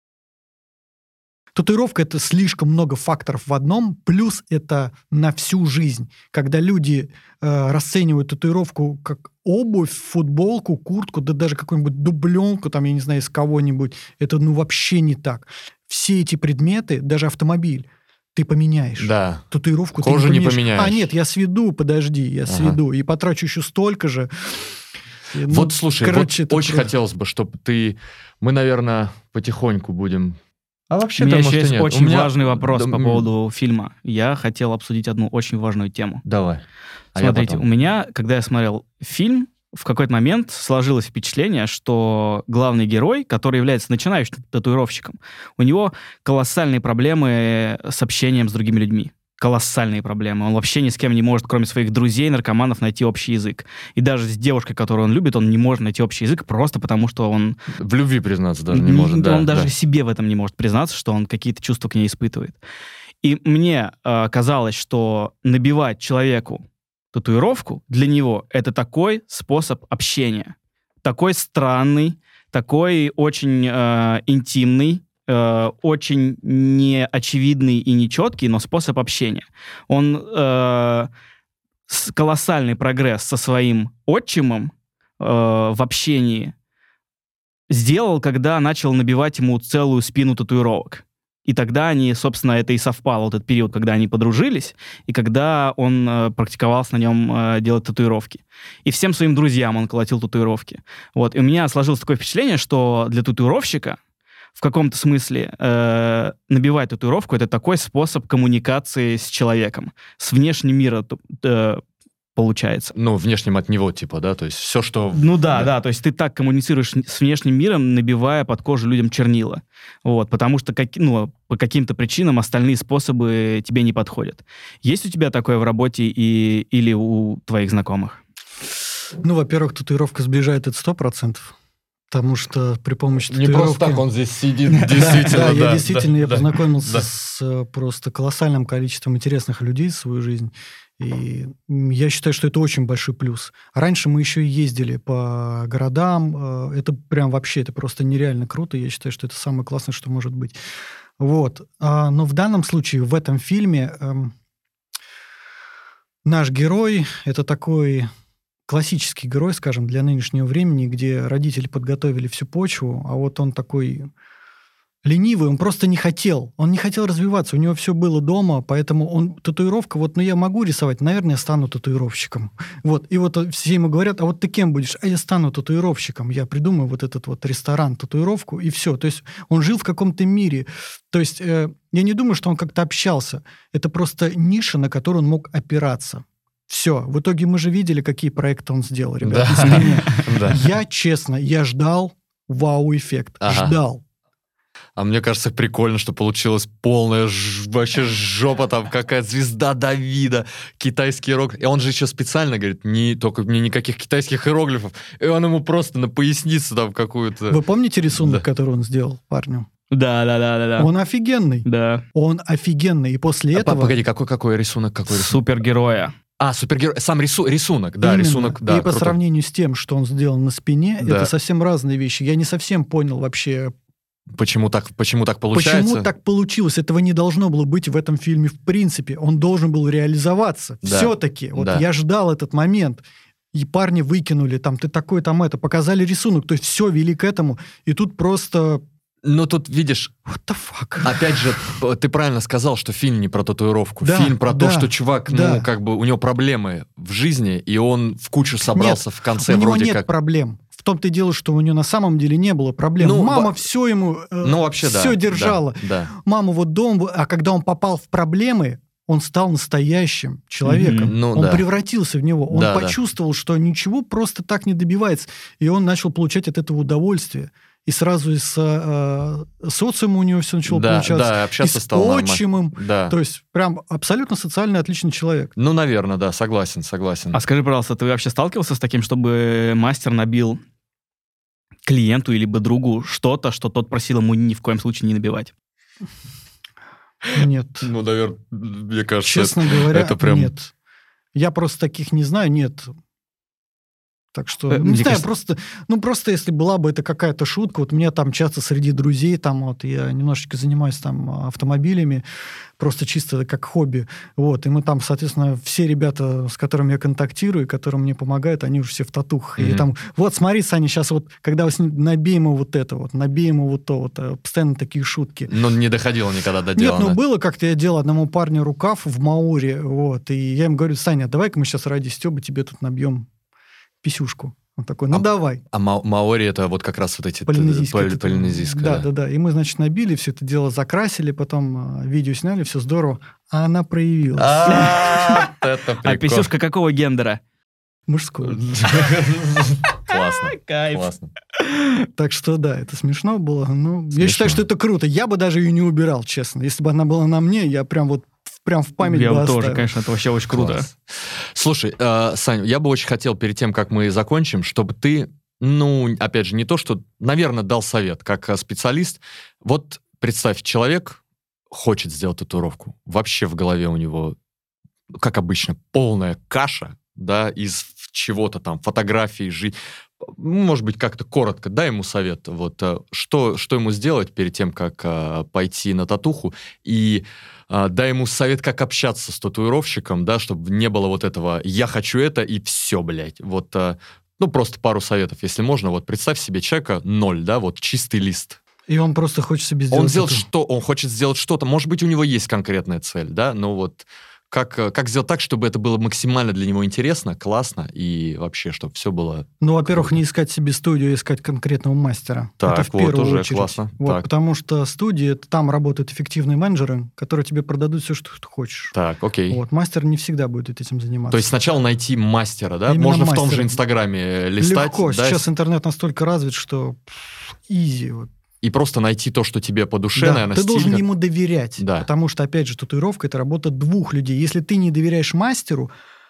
Speaker 3: татуировка — это слишком много факторов в одном, плюс это на всю жизнь. Когда люди расценивают татуировку как обувь, футболку, куртку, да даже какую-нибудь дубленку, там, я не знаю, из кого-нибудь, это ну вообще не так. Все эти предметы, даже автомобиль, ты поменяешь.
Speaker 1: Да.
Speaker 3: Татуировку
Speaker 1: кожу
Speaker 3: ты
Speaker 1: не
Speaker 3: не
Speaker 1: поменяешь.
Speaker 3: А, нет, я сведу, подожди, я сведу. И потрачу еще столько же.
Speaker 1: Вот, слушай,
Speaker 3: короче,
Speaker 1: вот очень хотелось бы, чтобы мы, наверное, потихоньку будем... А вообще,
Speaker 2: У меня
Speaker 1: может,
Speaker 2: еще
Speaker 1: и
Speaker 2: есть
Speaker 1: нет.
Speaker 2: очень
Speaker 1: У меня-
Speaker 2: важный вопрос
Speaker 1: Да,
Speaker 2: по поводу фильма. Я хотел обсудить одну очень важную тему.
Speaker 1: Давай. А я
Speaker 2: Смотрите,
Speaker 1: потом.
Speaker 2: у меня, когда я смотрел фильм, в какой-то момент сложилось впечатление, что главный герой, который является начинающим татуировщиком, у него колоссальные проблемы с общением с другими людьми. Колоссальные проблемы. Он вообще ни с кем не может, кроме своих друзей, наркоманов, найти общий язык. И даже с девушкой, которую он любит, он не может найти общий язык просто потому, что он...
Speaker 1: В любви признаться даже не может. Да,
Speaker 2: он даже
Speaker 1: да.
Speaker 2: себе в этом не может признаться, что он какие-то чувства к ней испытывает. И мне казалось, что набивать человеку татуировку для него это такой способ общения. Такой странный, такой очень интимный, очень неочевидный и нечеткий, но способ общения. Он колоссальный прогресс со своим отчимом в общении сделал, когда начал набивать ему целую спину татуировок. И тогда они, собственно, это и совпало, вот этот период, когда они подружились, и когда он практиковался на нем делать татуировки. И всем своим друзьям он колотил татуировки. Вот. И у меня сложилось такое впечатление, что для татуировщика в каком-то смысле набивать татуировку — это такой способ коммуникации с человеком, с внешним миром, получается.
Speaker 1: Ну, внешним от него, типа, да? То есть все, что...
Speaker 2: Ну да, то есть ты так коммуницируешь с внешним миром, набивая под кожу людям чернила. Вот, потому что по каким-то причинам остальные способы тебе не подходят. Есть у тебя такое в работе или у твоих знакомых?
Speaker 3: Ну, во-первых, татуировка сближает это 100%. Потому что при помощи
Speaker 1: Не
Speaker 3: татуировки...
Speaker 1: просто так он здесь сидит, действительно.
Speaker 3: Да, я познакомился с просто колоссальным количеством интересных людей в свою жизнь. И я считаю, что это очень большой плюс. Раньше мы еще и ездили по городам. Это прям вообще, это просто нереально круто. Я считаю, что это самое классное, что может быть. Вот. Но в данном случае, в этом фильме, наш герой — это такой... классический герой, скажем, для нынешнего времени, где родители подготовили всю почву, а вот он такой ленивый, он просто не хотел. Он не хотел развиваться, у него все было дома, поэтому татуировка, я могу рисовать, наверное, я стану татуировщиком. Вот, и вот все ему говорят, а вот ты кем будешь? А я стану татуировщиком, я придумаю вот этот вот ресторан, татуировку, и все. То есть он жил в каком-то мире. То есть я не думаю, что он как-то общался. Это просто ниша, на которую он мог опираться. Все. В итоге мы же видели, какие проекты он сделал, ребята.
Speaker 1: Да.
Speaker 3: Я ждал вау-эффект. Ждал.
Speaker 1: А мне кажется, прикольно, что получилась полная вообще жопа, там какая-то звезда Давида, китайский иероглиф. И он же еще специально говорит, только мне никаких китайских иероглифов. И он ему просто на поясницу там какую-то...
Speaker 3: Вы помните рисунок, который он сделал парню?
Speaker 2: Да.
Speaker 3: Он офигенный.
Speaker 2: Да.
Speaker 3: Он офигенный. И после этого...
Speaker 1: Погоди, какой рисунок?
Speaker 2: Супергероя.
Speaker 1: Супергерой. Сам рисунок, да,
Speaker 3: именно.
Speaker 1: рисунок, да.
Speaker 3: И по сравнению с тем, что он сделал на спине, это совсем разные вещи. Я не совсем понял вообще...
Speaker 1: Почему так получается?
Speaker 3: Почему так получилось? Этого не должно было быть в этом фильме в принципе. Он должен был реализоваться. Да. Все-таки. Я ждал этот момент. И парни выкинули, ты такой, это. Показали рисунок. То есть все вели к этому. И тут просто...
Speaker 1: Ну, тут, видишь...
Speaker 3: What the fuck?
Speaker 1: Опять же, ты правильно сказал, что фильм не про татуировку. Да, фильм про то, что чувак, у него проблемы в жизни, и он в кучу собрался в конце вроде как...
Speaker 3: у него нет проблем. В том-то и дело, что у него на самом деле не было проблем. Мама все ему все держала.
Speaker 1: Да.
Speaker 3: Мама дом... А когда он попал в проблемы, он стал настоящим человеком. Он превратился в него. Он почувствовал, что ничего просто так не добивается. И он начал получать от этого удовольствие. И сразу из социума у него все начало получаться.
Speaker 1: Да, общаться стал нормально.
Speaker 3: И с отчимом.
Speaker 1: Да.
Speaker 3: То есть прям абсолютно социально отличный человек.
Speaker 1: Ну, наверное, да, согласен.
Speaker 2: А скажи, пожалуйста, ты вообще сталкивался с таким, чтобы мастер набил клиенту или другу что-то, что тот просил ему ни в коем случае не набивать?
Speaker 3: Нет.
Speaker 1: Ну, наверное, мне кажется,
Speaker 3: честно говоря,
Speaker 1: это прям...
Speaker 3: нет. Я просто таких не знаю, нет. Так что, не знаю, просто если была бы это какая-то шутка, у меня там часто среди друзей, я немножечко занимаюсь автомобилями, просто чисто как хобби, и мы там, соответственно, все ребята, с которыми я контактирую, которые мне помогают, они уже все в татухах. И смотри, Саня, сейчас когда набей ему набей ему то, постоянно такие шутки.
Speaker 1: Но не доходило никогда до дела.
Speaker 3: Нет, было как-то, я делал одному парню рукав в Мауре, и я им говорю, Саня, давай-ка мы сейчас ради Стёбы тебе тут набьем писюшку. Он такой, давай.
Speaker 1: А маори это как раз эти...
Speaker 3: Полинезийская. Да. И мы, значит, набили, все это дело закрасили, потом видео сняли, все здорово. А она проявилась.
Speaker 1: Это прикольно.
Speaker 2: А писюшка какого гендера?
Speaker 3: Мужского.
Speaker 1: Классно.
Speaker 2: Кайф.
Speaker 1: Классно.
Speaker 3: Так что, да, это смешно было. Я считаю, что это круто. Я бы даже ее не убирал, честно. Если бы она была на мне, я прям в память бы оставил.
Speaker 2: Тоже, конечно, это вообще очень круто.
Speaker 1: Класс. Слушай, Сань, я бы очень хотел перед тем, как мы закончим, чтобы ты, опять же, не то, что, наверное, дал совет, как специалист. Представь, человек хочет сделать татуировку. Вообще в голове у него, как обычно, полная каша, да, из чего-то там, фотографий, может быть, как-то коротко, дай ему совет. Что ему сделать перед тем, как пойти на татуху, и дай ему совет, как общаться с татуировщиком, да, чтобы не было этого «я хочу это» и все, блядь. Просто пару советов, если можно. Представь себе человека 0, да, чистый лист.
Speaker 3: И он просто хочет себе сделать...
Speaker 1: Он хочет сделать что-то. Может быть, у него есть конкретная цель, да? Но вот как сделать так, чтобы это было максимально для него интересно, классно, и вообще, чтобы все было...
Speaker 3: Ну, во-первых, не искать себе студию, искать конкретного мастера.
Speaker 1: Так,
Speaker 3: это в первую
Speaker 1: уже
Speaker 3: очередь.
Speaker 1: Классно.
Speaker 3: Вот,
Speaker 1: Так.
Speaker 3: потому что студии, там работают эффективные менеджеры, которые тебе продадут все, что ты хочешь.
Speaker 1: Так, окей.
Speaker 3: Вот, мастер не всегда будет этим заниматься.
Speaker 1: То есть сначала найти мастера, да?
Speaker 3: Именно
Speaker 1: Можно
Speaker 3: мастера.
Speaker 1: в том же Инстаграме листать.
Speaker 3: Легко.
Speaker 1: Да?
Speaker 3: Сейчас интернет настолько развит, что изи. Вот.
Speaker 1: И просто найти то, что тебе по душе,
Speaker 3: Да,
Speaker 1: наверное,
Speaker 3: ты
Speaker 1: стиль.
Speaker 3: должен ему доверять.
Speaker 1: Да.
Speaker 3: Потому что, опять же, татуировка — это работа двух людей. Если ты не доверяешь мастеру,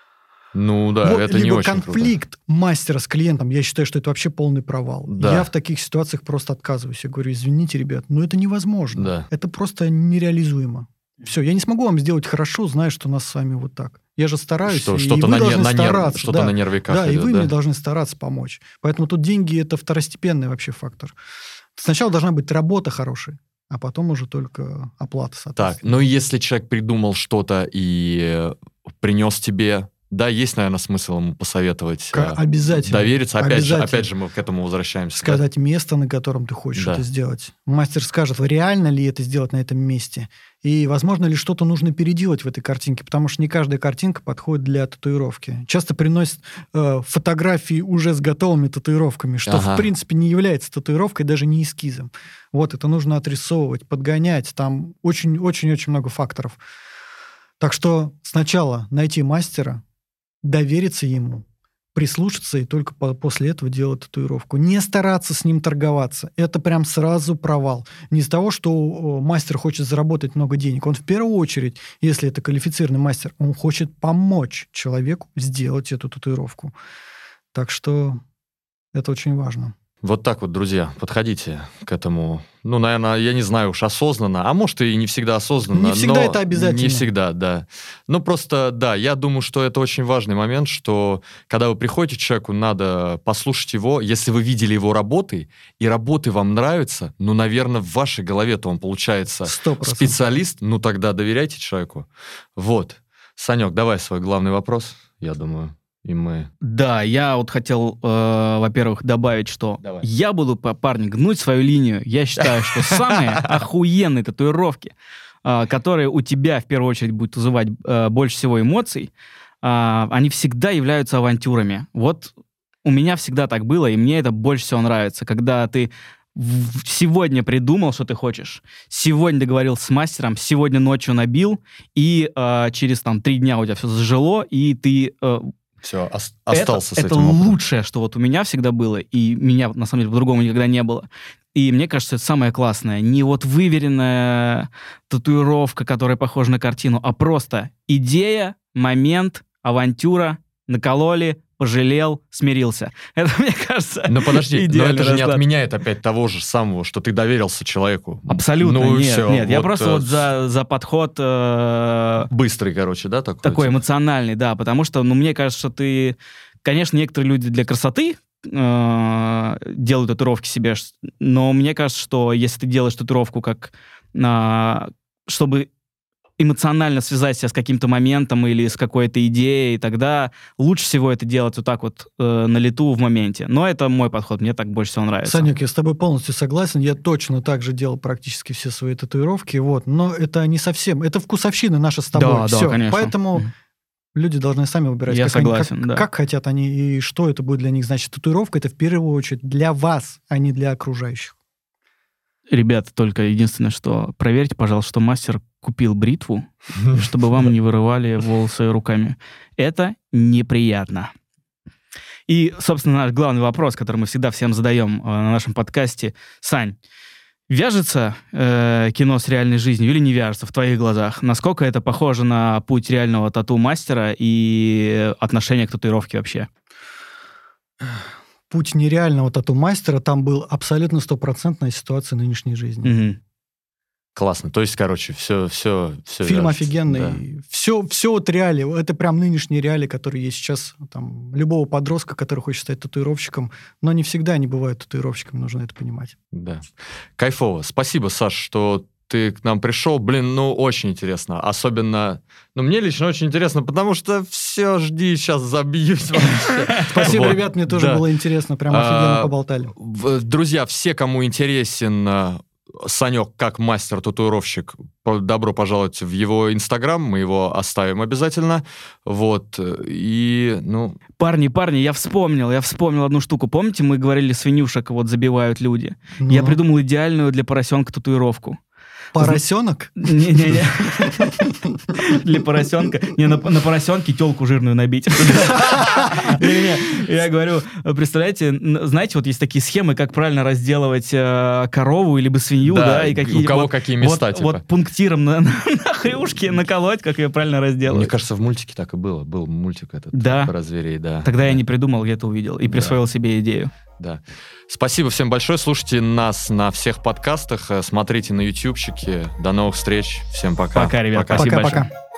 Speaker 1: Ну да,
Speaker 3: вот,
Speaker 1: это не
Speaker 3: либо
Speaker 1: очень
Speaker 3: конфликт мастера с клиентом, я считаю, что это вообще полный провал.
Speaker 1: Да.
Speaker 3: Я в таких ситуациях просто отказываюсь. Я говорю, извините, ребят, но это невозможно.
Speaker 1: Да.
Speaker 3: Это просто нереализуемо. Все, я не смогу вам сделать хорошо, зная, что у нас с вами вот так. Я же стараюсь,
Speaker 1: Что,
Speaker 3: и
Speaker 1: что-то
Speaker 3: вы
Speaker 1: на,
Speaker 3: должны
Speaker 1: на,
Speaker 3: стараться.
Speaker 1: что-то
Speaker 3: Да.
Speaker 1: на нервиках
Speaker 3: Да,
Speaker 1: идет,
Speaker 3: и вы
Speaker 1: да?
Speaker 3: мне должны стараться помочь. Поэтому тут деньги — это второстепенный вообще фактор. Сначала должна быть работа хорошая, а потом уже только оплата, соответственно.
Speaker 1: Так, ну и если человек придумал что-то и принес тебе... Да, есть, наверное, смысл ему посоветовать.
Speaker 3: Обязательно.
Speaker 1: Довериться.
Speaker 3: Обязательно.
Speaker 1: Опять же, мы к этому возвращаемся.
Speaker 3: Сказать место, на котором ты хочешь
Speaker 1: Да.
Speaker 3: это сделать. Мастер скажет, реально ли это сделать на этом месте. И, возможно ли, что-то нужно переделать в этой картинке, потому что не каждая картинка подходит для татуировки. Часто приносят фотографии уже с готовыми татуировками, что, в принципе, не является татуировкой, даже не эскизом. Вот, это нужно отрисовывать, подгонять. Там очень-очень-очень много факторов. Так что сначала найти мастера, довериться ему, прислушаться и только после этого делать татуировку. Не стараться с ним торговаться. Это прям сразу провал. Не из-за того, что мастер хочет заработать много денег. Он в первую очередь, если это квалифицированный мастер, он хочет помочь человеку сделать эту татуировку. Так что это очень важно.
Speaker 1: Вот так вот, друзья, подходите к этому. Ну, наверное, я не знаю уж осознанно, а может и не всегда осознанно.
Speaker 3: Не всегда это обязательно.
Speaker 1: Не всегда, да. Ну, просто, да, я думаю, что это очень важный момент, что когда вы приходите к человеку, надо послушать его. Если вы видели его работы, и работы вам нравятся, ну, наверное, в вашей голове-то он получается
Speaker 3: 100%.
Speaker 1: специалист, ну, тогда доверяйте человеку. Вот. Санек, давай свой главный вопрос, я думаю. И мы...
Speaker 2: Да, я вот хотел, во-первых, добавить, что
Speaker 1: Давай.
Speaker 2: я буду, парни, гнуть свою линию. Я считаю, что самые охуенные татуировки, которые у тебя в первую очередь будут вызывать больше всего эмоций, они всегда являются авантюрами. Вот у меня всегда так было, и мне это больше всего нравится, когда ты сегодня придумал, что ты хочешь, сегодня договорился с мастером, сегодня ночью набил, и через 3 дня у тебя все зажило, и ты...
Speaker 1: Все, остался с этим
Speaker 2: Это
Speaker 1: опытом.
Speaker 2: лучшее, что вот у меня всегда было, и меня, на самом деле, по-другому никогда не было. И мне кажется, это самое классное. Не вот выверенная татуировка, которая похожа на картину, а просто идея, момент, авантюра, накололи, пожалел, смирился. Это, мне кажется,
Speaker 1: Но подожди, но
Speaker 2: идеальный
Speaker 1: это же не
Speaker 2: расклад.
Speaker 1: отменяет опять того же самого, что ты доверился человеку.
Speaker 2: Абсолютно,
Speaker 1: Ну, и
Speaker 2: нет,
Speaker 1: всё,
Speaker 2: нет. Я
Speaker 1: вот,
Speaker 2: просто вот за подход
Speaker 1: быстрый, короче, да, такой?
Speaker 2: такой
Speaker 1: типа?
Speaker 2: эмоциональный, да, потому что, мне кажется, что ты... Конечно, некоторые люди для красоты делают татуировки себе, но мне кажется, что если ты делаешь татуировку как... чтобы эмоционально связать себя с каким-то моментом или с какой-то идеей, тогда лучше всего это делать вот так вот на лету в моменте. Но это мой подход, мне так больше всего нравится.
Speaker 3: Санек, я с тобой полностью согласен. Я точно так же делал практически все свои татуировки. Вот. Но это не совсем... Это вкусовщина наша с тобой.
Speaker 2: Да,
Speaker 3: Всё.
Speaker 2: конечно.
Speaker 3: Поэтому люди должны сами выбирать,
Speaker 2: Я
Speaker 3: как,
Speaker 2: согласен,
Speaker 3: они,
Speaker 2: да.
Speaker 3: как хотят они и что это будет для них. Значит, татуировка — это в первую очередь для вас, а не для окружающих.
Speaker 2: Ребята, только единственное, что проверьте, пожалуйста, что мастер купил бритву, чтобы вам не вырывали волосы руками. Это неприятно. И, собственно, наш главный вопрос, который мы всегда всем задаем на нашем подкасте. Сань, вяжется кино с реальной жизнью или не вяжется в твоих глазах? Насколько это похоже на путь реального тату-мастера и отношение к татуировке вообще?
Speaker 3: Путь нереального тату-мастера, там был абсолютно стопроцентная ситуация нынешней жизни.
Speaker 2: Мгм.
Speaker 1: Классно. То есть, короче, все
Speaker 3: Фильм офигенный.
Speaker 1: Да.
Speaker 3: Все вот реалии. Это прям нынешние реалии, которые есть сейчас. Там, любого подростка, который хочет стать татуировщиком. Но не всегда они бывают татуировщиками, нужно это понимать.
Speaker 1: Да. Кайфово. Спасибо, Саш, что ты к нам пришел. Блин, ну, очень интересно. Особенно, ну, мне лично очень интересно, потому что все, жди, сейчас забьюсь вообще.
Speaker 3: Спасибо, ребят, мне тоже было интересно. Прям офигенно поболтали.
Speaker 1: Друзья, все, кому интересен Санек как мастер-татуировщик, добро пожаловать в его Инстаграм, мы его оставим обязательно. Вот, и, ну...
Speaker 2: Парни, я вспомнил одну штуку. Помните, мы говорили, свинюшек вот забивают люди?
Speaker 3: Ну.
Speaker 2: Я придумал идеальную для поросенка татуировку.
Speaker 3: Поросенок?
Speaker 2: Не-не-не. Для поросенка. Не, на поросенке телку жирную набить. Я говорю, представляете, знаете, вот есть такие схемы, как правильно разделывать корову либо свинью, да, и какие...
Speaker 1: У кого какие места, типа.
Speaker 2: Вот пунктиром на хрюшке наколоть, как ее правильно разделать.
Speaker 1: Мне кажется, в мультике так и было. Был мультик этот про зверей, да.
Speaker 2: Тогда я не придумал, я это увидел и присвоил себе идею.
Speaker 1: Да. Спасибо всем большое. Слушайте нас на всех подкастах, смотрите на ютубчике. До новых встреч. Всем пока.
Speaker 2: Пока, ребят.
Speaker 1: Пока.
Speaker 2: Спасибо
Speaker 3: Пока-пока.
Speaker 2: большое.